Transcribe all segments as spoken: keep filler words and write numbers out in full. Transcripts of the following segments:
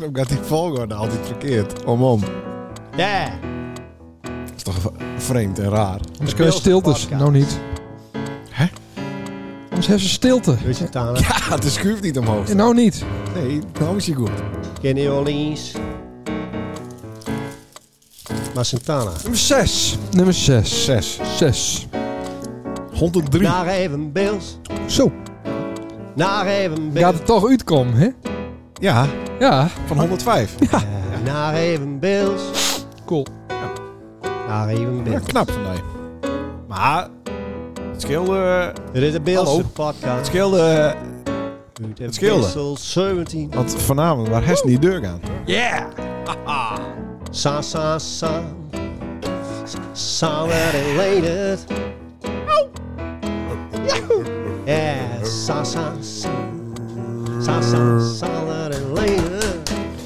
Waarom gaat die volgorde altijd verkeerd? Om om. Ja. Dat is toch v- vreemd en raar. Anders kun je stiltes. Nou niet. Hè? Anders hebben ze stilte. Dus het aan. Ja, het schuift niet omhoog. En nou niet. Nee, nou is je goed. Kenny Orleans. Maar Santana. Nummer zes. Nummer zes. Zes. Zes. honderddrie. Naar even Bills. Zo. Naar even Bills. Gaat het toch uitkomen, hè? Ja, Ja. van honderdvijf. Ja, naar even Bills. Cool. Naar even Ja, Bills. knap van mij. Maar het scheelde... Dit is de Bills Hallo. Het podcast. scheelde... Het scheelde. Wissel zeventien. Want vanavond waar Hess niet deur gaan. Yeah. Sa, sa, sa. Sa, werd elated. Yeah. Sa, sa, sa. Sa, sa, sa, werd elated.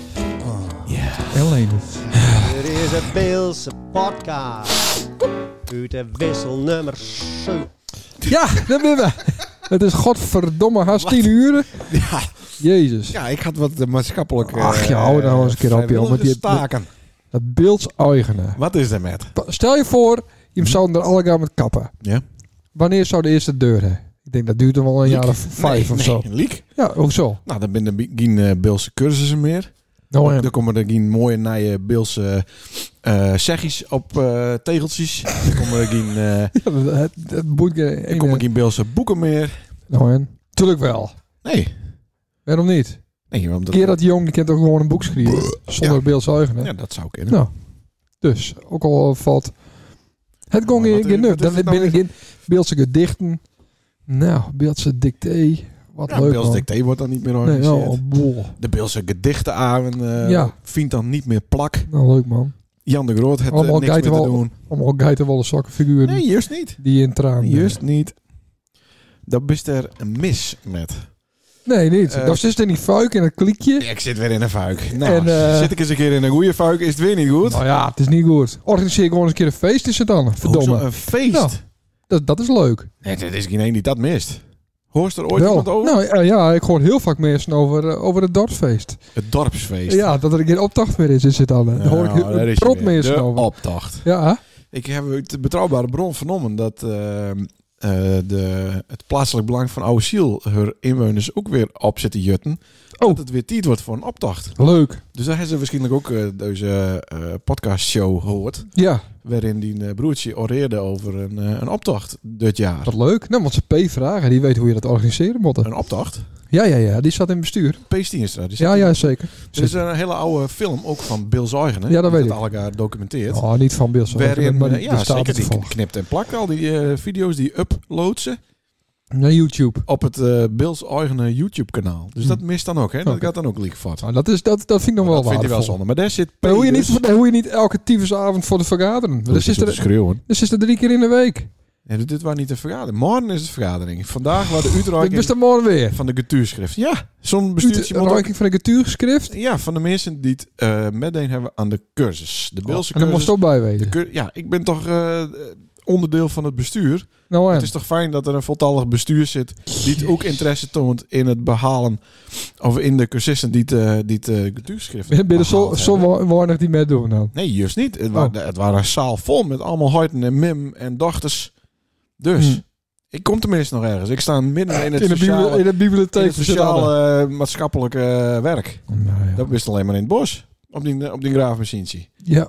Alleen. Dit is de Bills podcast. Uit de wissel nummer zeven. Ja, daar ben we. Het is godverdomme haast tien uur. Ja, Jezus. ja, ik had wat uh, maatschappelijk... Uh, Ach, ja, hou nou eens een keer op, joh, met die- staken. Dat beeldseigenen. Wat is er met? Stel je voor, je zou er alle gaan met kappen. Ja? Wanneer zou de eerste deur hebben? Ik denk dat duurt dan wel een jaar of vijf nee, of nee, zo. Liek. Ja, ook zo. Nou, dan ben er geen uh, Beelse cursussen meer. Nou, en, Dan komen er geen mooie nieuwe Beelse uh, zeggies op uh, tegeltjes. Dan komen er geen, uh, ja, het, het boeit geen er komen ene- geen Beelse boeken meer. Nou en, tuurlijk wel. Nee. Waarom niet? Nee, omdat... Keer dat jong, die kent ook gewoon een boek schrijven. Zonder Ja. beeldseigenen. Ja, dat zou kunnen. Nou, dus, ook al valt... Het kon Maar geen wat- geen nut. wat is Dan het nou binnen geen beeldse gedichten. Nou, beeldse dicté. Wat Ja, leuk, Beelse man. dicté wordt dan niet meer Nee, georganiseerd. oh, boel. De Beelse gedichtenavond uh, Ja. vindt dan niet meer plak. Nou, leuk, man. Jan de Groot heeft uh, Allemaal niks meer te geitenwol- doen. Allemaal geitenwolle sokkenfiguren Nee, juist niet. die in tranen. Juist niet. Dat is er een mis met. Nee, niet. Eh, dat is er niet fuik in het kliekje. Ik zit weer in een fuik. Nou, En, eh, zit ik eens een keer in een goede fuik, is het weer niet goed. Nou ja, het is niet goed. Organiseer gewoon eens een keer een feest is het dan. Verdomme. Hoezo een feest? Nou, Dat, dat is leuk. Nee, er is geen een die dat mist. Hoort er ooit Wel. iemand over? Nou eh, ja, ik hoor heel vaak mensen over, eh, over het dorpsfeest. Het dorpsfeest. Ja, dat er geen optocht meer is, is het dan. Daar hoor ik Nou, heel- daar is je prot weer. mensen De over. optocht. Ja, Ik heb uit de betrouwbare bron vernomen dat uh, uh, de, het plaatselijk belang van Oude Ziel hun inwoners ook weer op zitten jutten. Oh. Dat het weer tijd wordt voor een optocht. leuk. Dus daar hebben ze waarschijnlijk ook uh, deze uh, podcastshow gehoord. Ja, Waarin die uh, broertje oreerde over een, uh, een optocht dit jaar. wat leuk. Nou, want ze P vragen, die weet hoe je dat organiseren moet. Een optocht? Ja, ja, ja, die zat in bestuur. P. Stienstra. Die Ja, ja, zeker. Er is een hele oude film, ook van Bill Zeugen. Ja, dat weet die ik. het elkaar documenteert. Oh, niet van Beels. Waarin, maar uh, die ja, staat zeker, het die volgen. knipt en plakt al die uh, video's, die uploadsen Naar YouTube. op het uh, Bills eigen YouTube-kanaal. Dus Hm. dat mist dan ook, hè? Dat Oké. gaat dan ook leakvat. Nou, dat, is, dat, dat vind ik nog wel Dat vindt hij wel waardevol. zonde. Maar daar zit P. Maar hoe je, dus- niet, dan hoe je niet elke tyfusavond voor de vergaderen. Dat Dus is, te er, schreeuwen. dus is er drie keer in de week. Ja, dit was niet een vergadering. Morgen is het vergadering. Vandaag was de Dit uitreiking is er morgen weer. van de getuurschrift. Ja, zo'n bestuurtje Een moet ook... ranking van een getuurgeschrift. Ja, van de mensen die het uh, meteen hebben aan de cursus. De Beelse En dan moest cursus. je ook bij De weten. cur- ja, ik ben toch uh, onderdeel van het bestuur. Nou, en. Het is toch fijn dat er een voltallig bestuur zit die het ook interesse toont in het behalen of in de cursisten die het, uh, die het uh, getuurschrift Ben je er zo, behaald zo hebben. wa- weinig die mee doen dan? Nee, juist niet. Het, Oh. wa- het waren een zaal vol met allemaal huiden en mim en dochters. Dus, Hm. ik kom tenminste nog ergens. Ik sta midden in het In de, sociale, bibli- in de in bibliotheek. het zit Anne. sociale uh, maatschappelijke uh, werk. Nou, ja. Dat is alleen maar in het bos. Op die, op die graafmachientje. Ja.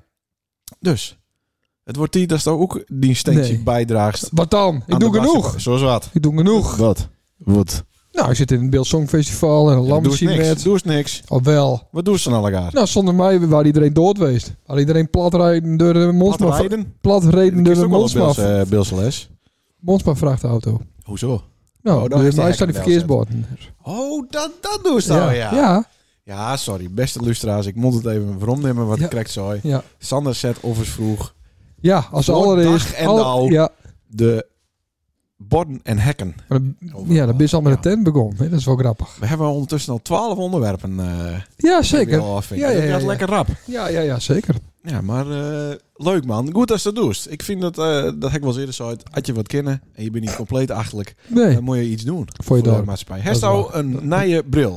Dus, het wordt tijd dat je ook die steentje Nee. bijdraagt. Wat dan? Ik aan doe de genoeg. maatschappij. Zoals wat? Ik doe genoeg. Wat? Wat? Nou, ik zit in het Beeld Songfestival en een Ja, doe eens lammetje niks. met. Doe eens niks. Al wel. Wat doen ze dan allemaal? Nou, zonder mij waar iedereen dood geweest. Waar iedereen platrijden door de Monsma. rijden? Platreden door de Monsma. Monsma. Beelse les. Monsma vrachtauto. Hoezo? Nou, Oh, dan dus is die mij staan die hekken wel verkeersborden. Oh, dat, dat doen ze dan, ja. ja. Ja, sorry. Beste luisteraars, ik moet het even veromnemen wat Ja. ik krijg zo. Ja. Sander zet overigens vroeg Ja, als Voor allereerst. dag en al- dauw. ja, de borden en hekken. maar dan- ja, dan ben je al met de tent begonnen. hè. Dat is wel grappig. We hebben ondertussen al twaalf onderwerpen. Uh, Ja, zeker. Ja, Ja, ja, dat gaat ja. lekker rap. Ja, ja, ja, zeker. Ja, maar uh, leuk man. Goed als je dat doet. Ik vind dat, uh, dat heb ik wel eens eerder zo uit. Had je wat kennen en je bent niet compleet achterlijk, Nee, dan moet je iets doen voor je de dorp. maatschappij. Dat Hij is zou waar. een nieuwe bril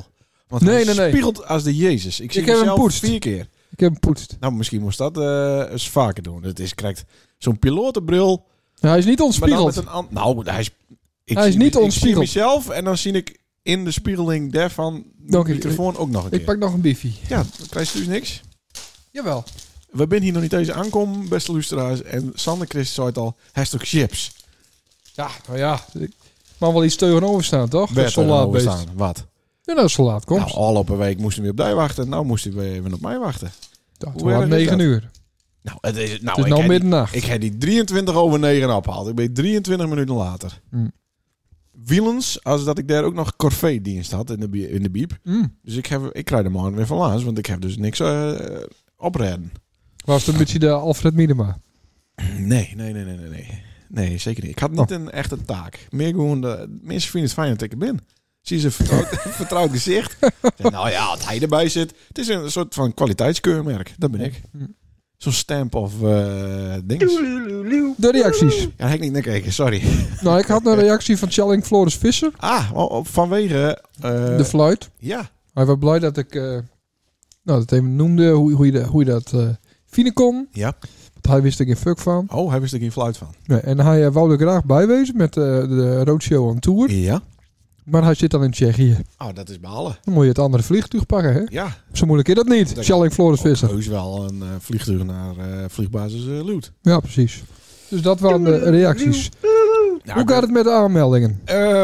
Want Nee, hij nee, nee. spiegelt als de Jezus. Ik zie Ik heb hem mezelf poetst. vier keer. Ik heb hem poetst. Nou, misschien moest dat eh, eens vaker doen. Het is krijgt zo'n pilotenbril. Ja, hij is niet Maar dan ontspiegeld. met een an- nou, hij is, ik Hij is zie niet me- ontspiegeld. Ik zie mezelf en dan zie ik in de spiegeling daarvan de Dank u. microfoon ook nog een Ik keer. pak nog een biffie. Ja, dan krijg je dus niks. Jawel. We zijn hier nog niet eens aankomen, beste luisteraars. En Sander Christ zei het al, hashtag chips. Ja, nou ja. Ik mag wel iets tegenover staan, toch? Dat Werd is zo er laat over beest. staan. Wat? Ja, dat is zo laat komt. Nou, al op een week moesten we op die wachten. Nou moest hij weer even op mij wachten. Dat hoe was erg is negen dat? uur. Nou, het is, nou, Het is ik nou heb die- middernacht. Ik heb die drieëntwintig over negen opgehaald. Ik ben drieëntwintig minuten later. Mm. Wielens, als dat ik daar ook nog corvée-dienst had in de, bie- in de biep. Mm. Dus ik, heb, ik krijg de morgen weer van laatst, want ik heb dus niks uh, opredden. Was het een beetje de Alfred Miedema? Nee, nee, nee, nee, nee, nee. Nee, zeker niet. Ik had niet een echte taak. Meer gewoon, de, mensen vinden het fijn dat ik er ben. Zie ze een vertrouwd, vertrouwd gezicht. Zeg, nou ja, als hij erbij zit. Het is een soort van kwaliteitskeurmerk. Dat ben ik. Mm. Zo'n stamp of uh, dings. De reacties. Ja, daar heb ik niet naar gekeken, sorry. Nou, ik had een reactie van Challing Floris Visser. Ah, o- o- vanwege... uh, De fluit. ja. Hij was blij dat ik... eh, nou, dat even noemde. Hoe, hoe, je, de, hoe je dat uh, vinden kon. Ja. Want hij wist er geen fuck van. Oh, hij wist er geen fluit van. Nee, en hij uh, wou er graag bij wezen met uh, de roadshow on tour. Ja. Maar hij zit dan in Tsjechië. Oh, dat is behalen. Dan moet je het andere vliegtuig pakken, hè? Ja. Zo moeilijk is dat niet. Dat- Challing Floris Ook Visser. heus wel een uh, vliegtuig naar uh, vliegbasis uh, Luut. Ja, precies. Dus dat waren de reacties. Ja, Hoe gaat het met de aanmeldingen? Uh,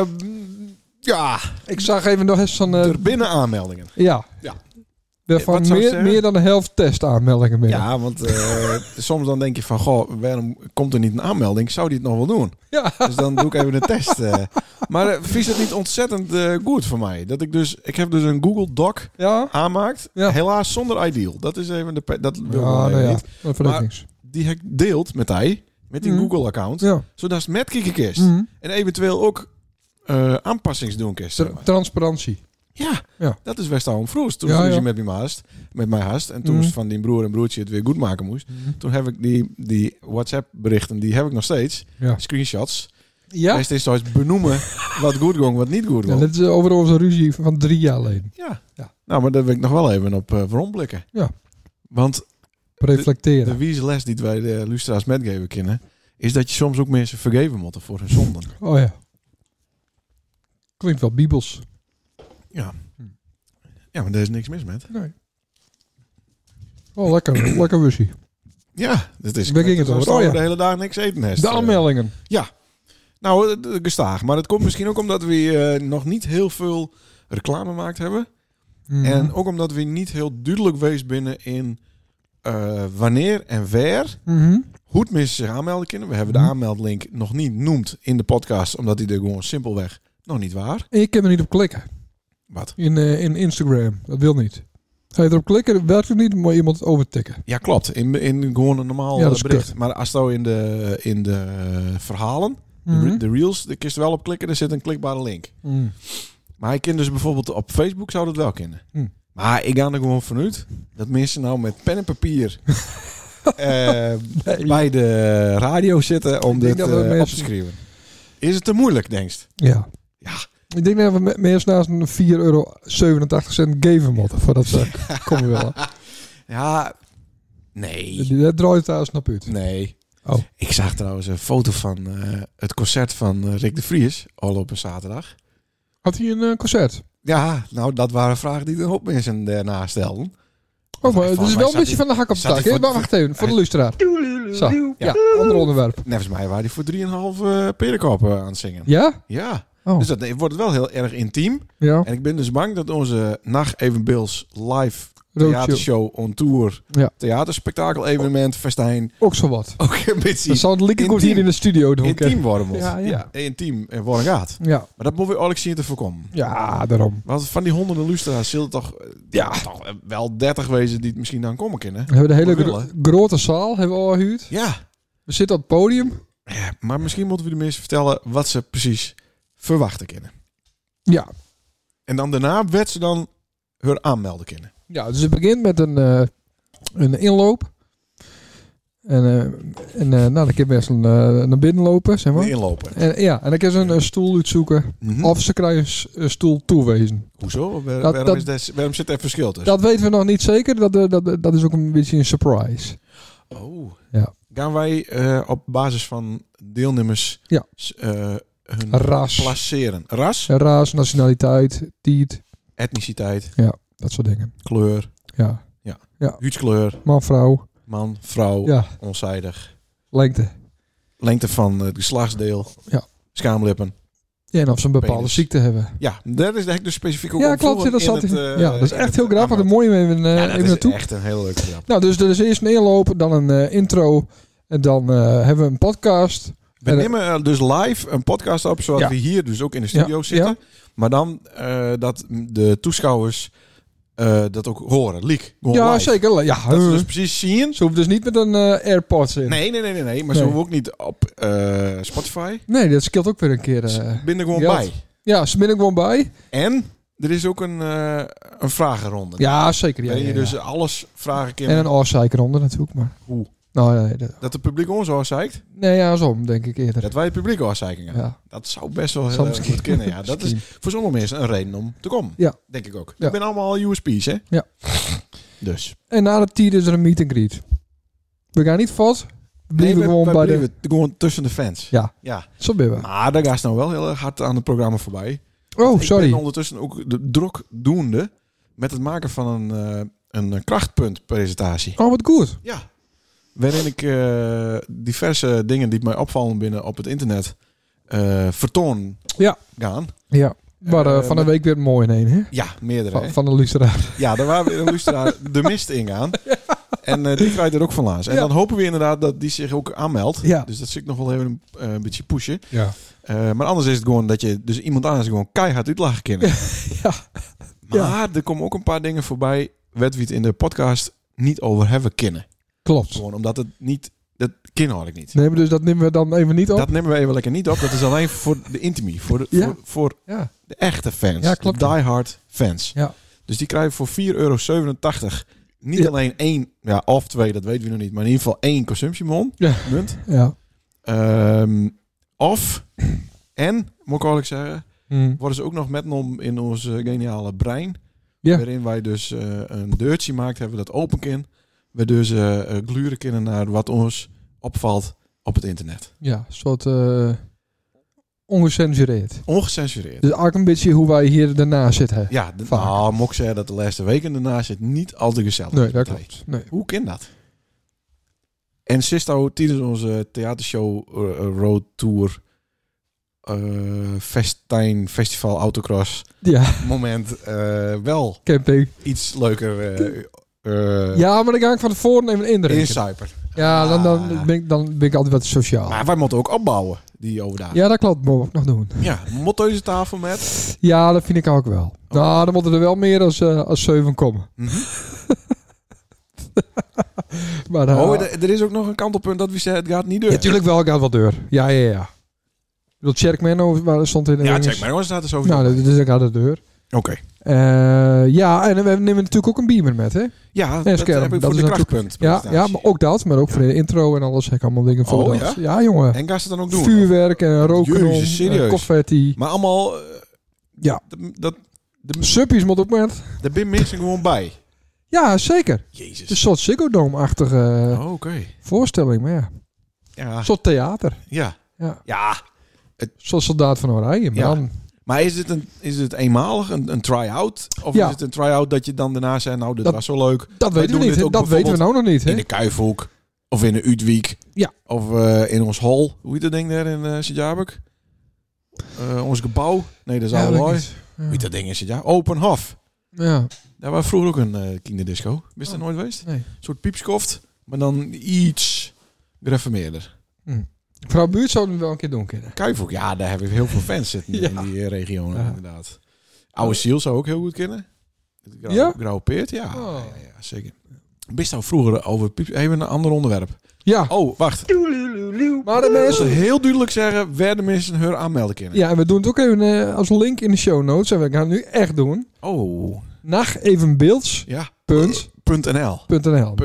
ja, Ik zag even nog eens van... Uh, er binnen aanmeldingen. ja. Ja. Er van Wat zou ik meer, zeggen? meer dan de helft testaanmeldingen binnen. Ja, want uh, soms dan denk je van, goh, waarom komt er niet een aanmelding? Zou die het nog wel doen? Ja. Dus dan doe ik even een test. Uh. Maar uh, vies het niet ontzettend uh, goed voor mij? Dat ik dus, ik heb dus een Google Doc Ja? aanmaakt. Ja. Helaas zonder Ideal. Dat is even de, pe- dat wil Ja, ik wel nou even ja. niet. Dat verder Maar- niks. Die heb ik deelt met hij, met die Mhm. Google account. Ja. Zodat het met kieken kist. Mhm. En eventueel ook uh, aanpassings doen kist. Tra- transparantie. Ja, Ja. dat is best al een vroeg. Toen Ja, was ja. je met mijn haast, met mijn haast. En toen Mhm. was van die broer en broertje het weer goed maken moest. Toen heb ik die, die WhatsApp berichten, die heb ik nog steeds. Ja. Screenshots. Ja? Hij steeds zoals benoemen wat goed ging, wat niet goed Ja, ging. dit is over onze ruzie van drie jaar geleden. Ja. Ja. Nou, maar daar wil ik nog wel even op uh, rondblikken. Ja. Want Reflecteren. de wijze les die wij de lustra's metgeven kennen, is dat je soms ook mensen vergeven moet voor hun zonden. Oh ja. Klinkt wel bibels. Ja. Ja, maar daar is niks mis met. Nee. Oh, lekker. lekker wussie. Ja, dat is Waar ging het zo over? staan Oh, we ja. de hele dag niks eten heeft. De aanmeldingen. Nou, eh, de- gestaag. Maar het komt misschien ook omdat we eh, nog niet heel veel reclame gemaakt hebben. Mhm. En ook omdat we niet heel duidelijk wees binnen in eh, wanneer en waar Mhm. hoe het mensen zich aanmelden kunnen. We hebben de Mhm. aanmeldlink nog niet noemd in de podcast, omdat die er gewoon simpelweg nog niet waar. Ik kan er niet op klikken. Wat? In, eh, in Instagram. Dat wil niet. Ga je erop klikken, werkt het niet, moet je iemand overtikken. Ja, klopt. In, in gewoon een normaal Ja, dat eh, is bericht. kut. Maar als je in de, in de eh, verhalen, de, Mhm. re- de reels, daar kun je er wel op klikken. Er zit een klikbare link. Mhm. Maar hij kan dus bijvoorbeeld op Facebook zou dat wel kennen. Hm. Maar ik ga er gewoon vanuit dat mensen nou met pen en papier eh, bij de radio zitten om Ik denk dit dat we eh, op mensen- te schrijven. Is het te moeilijk, denkst? Ja. Ja. Ik denk dat we me- meer naast een vier euro zevenentachtig cent geven moeten. Voordat ze komen willen. Ja, nee. Dat draait thuis naar uit. Nee. Oh. Ik zag trouwens een foto van eh, het concert van eh, Rick de Vries, al op een zaterdag. Had hij een eh, concert? Ja, nou, dat waren vragen die een hoop mensen daarna stelden. Oh, maar het Volgens is mij wel een zat beetje hij- van de hak op de zat tak. hij hè? voor- Maar wacht even, voor de luisteraar. Zo, ja, ander onderwerp. Nevens mij waren die voor drieënhalf uh, perenkop uh, aan het zingen. Ja? Ja. Oh. Dus dat wordt wel heel erg intiem. Ja. En ik ben dus bang dat onze Nacht Evenbeels live Roadshow. theatershow on tour, Ja. theaterspektakel evenement, festijn, Ook zo wat. ook een beetje Dan zou het likken goed intiem. hier in de studio doen. intiem worden moet. Ja, ja. intiem en worden gaat. Ja. Maar dat moeten we eigenlijk zien te voorkomen. Ja, daarom. Want van die honderden luisteraars zullen toch, eh, Ja. toch wel dertig wezen die het misschien dan komen kunnen. We hebben de hele Moet gro- willen. grote zaal hebben we al gehuurd. Ja. We zitten op het podium. Ja, maar misschien moeten we de mensen vertellen wat ze precies verwachten kunnen. Ja. En dan daarna werd ze dan hun aanmelden kunnen. Ja, dus het begint met een, eh, een inloop. En, uh, en uh, nou, dan kun je best uh, naar binnen lopen, zeg maar. Inlopen. En, ja, en dan kun je een, een stoel uitzoeken. Mm-hmm. Of ze krijgen een, s- een stoel toewezen. Hoezo? Waar, Dat- waarom, dat- is des, waarom zit er verschil tussen? Dat weten we nog niet zeker. Dat, uh, dat, dat is ook een beetje een surprise. Oh. Ja. Gaan wij uh, op basis van deelnemers Ja. s- uh, hun Ras. placeren? Ras, Raas, nationaliteit, tiet, etniciteit, dat soort dingen. kleur, Ja. huidskleur, Man, vrouw. man, vrouw, Ja. onzijdig, Lengte. lengte van het geslachtsdeel, Ja. schaamlippen. Ja, en of ze een bepaalde Penis. ziekte hebben. Ja, daar is eigenlijk dus specifiek ook Ja, op klopt. Ja, dat, volgen zat in in, het, uh, ja, dat is in echt het heel grappig. aanbod. Daar moet je even, uh, Ja, even dat is naartoe. echt een hele leuke grap. Nou, dus er is eerst een inloop, dan een uh, intro. En dan uh, hebben we een podcast. We En, uh, nemen uh, dus live een podcast op, zoals Ja. we hier dus ook in de studio Ja, zitten. ja. Maar dan uh, dat de toeschouwers uh, dat ook horen. Liek. Gewoon Ja, live. zeker. Ja, Dat ze uh, dus precies zien. ze hoeft dus niet met een uh, AirPods in. Nee, nee, nee, nee, nee. Maar Nee. ze hoeven ook niet op uh, Spotify. Nee, dat scheelt ook weer een keer. Ze Uh, binnen gewoon geld. bij. ja, ze ben ik gewoon bij. En er is ook een, uh, een vragenronde. Ja, zeker. Ja, Waarin ja, je dus ja. alles vragen kan. En een oorcijkerronde natuurlijk. Maar. Hoe? Nou, nee, dat, Dat het publiek ons oorzeikt. nee, ja, zo denk ik eerder. Dat wij het publiek oorzeiken. Ja. Dat zou best wel heel Zou erg misschien- goed kunnen. Ja, dat is Misschien. voor sommige mensen een reden om te komen. Ja. Denk ik ook. Ja. Dat zijn allemaal U S P's, hè? Ja. Dus. En na de tier is er een meet and greet. We gaan niet vast. We blijven Nee, we- gewoon wij bij blijven de... gewoon tussen de fans. Ja. Ja. Zo ben we. Maar daar gaat ze nou wel heel erg hard aan het programma voorbij. Oh, Ik sorry. ben ondertussen ook de druk doende met het maken van een, uh, een krachtpuntpresentatie. Oh, wat goed. Ja. Waarin ik uh, diverse dingen die mij opvallen binnen op het internet uh, vertoon Ja. gaan. Ja. Maar uh, Uh, van de met- week weer mooi in één, hè? Ja, meerdere. Van, hè? van de luisteraar. Ja, daar waren weer een luisteraar de mist ingaan. En uh, die krijgt er ook van laatst. En Ja. dan hopen we inderdaad dat die zich ook aanmeldt. Ja. Dus dat zit ik nog wel even uh, een beetje pushen. Ja. Uh, maar anders is het gewoon dat je dus iemand anders gewoon keihard uitlachen kan. Ja. Maar er komen ook een paar dingen voorbij waar we het in de podcast niet over hebben kunnen. Klopt. Gewoon omdat het niet... Dat ken hoor ik niet. Nee, maar dus dat nemen we dan even niet op. Dat nemen we even lekker niet op. Dat is alleen voor de intimie. Voor de, Ja. voor, voor Ja. de echte fans. Ja, klopt. De diehard fans. Ja. Dus die krijgen voor vier euro zevenentachtig niet Ja. alleen één, ja, of twee, dat weten we nog niet. Maar in ieder geval één consumptiemon. Ja. Munt. Ja. Ehm, of, en, moet ik eerlijk zeggen, Hm. worden ze ook nog metgenomen in ons eh, geniale brein. Ja. Waarin wij dus eh, een deurtje gemaakt hebben dat open kan. We dus uh, gluren kunnen naar wat ons opvalt op het internet. Ja, een soort uh, ongecensureerd. Ongecensureerd. Dus ook een beetje hoe wij hier daarna zitten. Ja, de, Vaak. nou, moet ik zeggen dat de laatste weken daarna zit niet al te gezellig. Nee, dat Nee. klopt. Nee. Hoe kan dat? En Sisto tijdens onze theatershow uh, Road Tour uh, Festijn Festival Autocross Ja, moment uh, wel camping. iets leuker uh, uh, Ja, maar dan ga ik van tevoren even indrinken. insuiper. Ja, dan, dan, Ah. ben ik, dan ben ik altijd wat sociaal. Maar wij moeten ook opbouwen, die overdag. Ja, Ja, dat klopt. Moet ik nog doen. ja motteuze tafel met. Ja, dat vind ik ook wel. Nou, dan moeten er wel meer als, uh, als zeven komen. Mhm. Maar, uh, Oh, er, er is ook nog een kantelpunt dat we zeggen, het gaat niet door. ja, natuurlijk wel, gaat wel deur. Ja, ja, ja. Ik bedoel, Cherkman, waar stond in de Ja, ringes. check maar, jongens, staat er zo. Nou, dat- dus dan gaat de deur. Oké. Uh, ja, en we nemen natuurlijk ook een beamer met, hè? Ja, En dat scherm, heb ik dat voor is de natuurlijk- krachtpunt. Ja, ja, maar ook dat. Maar ook voor de intro en alles. Heb ik allemaal dingen voor. Oh, dat. ja? Ja, jongen. En ga ze dan ook doen? Vuurwerk en roken, Jezus, serieus? en confetti. Maar allemaal... uh, Ja. Dat, dat, de, Suppies moet ook met. daar zijn mensen gewoon bij. Ja, zeker. Jezus. Het is een soort Ziggo Dome-achtige Oh, oké. voorstelling. Maar ja, Ja. een soort theater. Ja. Ja. Ja. Zoals Soldaat van Oranje. Maar Ja. dan... Maar is het, een, is het eenmalig, een, een try-out? Of Ja. is het een try-out dat je dan daarna zegt, nou, dit Dat- was zo leuk. Dat Wij weten we doen niet. dit hè. ook Dat weten we nou nog niet. Hè? In de Kuifhoek. Of in de Uitwiek. Ja. Of uh, in ons hol. Hoe heet dat ding daar in uh, Sint-Jabek? Uh, ons gebouw. Nee, dat is Ja, al weet ik mooi. niet. Hoe heet dat ding in Sint-Jabek? Open Hof. Ja. Daar was vroeger ook een uh, kinderdisco. Wist je dat nooit geweest? Nee. Een soort piepskoft. Maar dan iets gereformeerder. Vrouw Buurt zou het wel een keer doen kunnen. Kuifhoek, ja, daar hebben we heel veel fans zitten Ja. in die uh, regio, Ja. inderdaad. Oude Ziel zou ook heel goed kennen. Het grauw, Ja? Grauwe Peert, ja. Oh. Ja, ja, zeker. Bist nou vroeger over piep... Even een ander onderwerp. Ja. Oh, wacht. Maar de Ik wil mensen... heel duidelijk zeggen waar de mensen hun aanmelden kunnen. Ja, en we doen het ook even uh, als een link in de show notes. En we gaan het nu echt doen. Oh, Nacht evenbeelds. ja. Punt. Punt .nl. Punt N L. Punt .nl.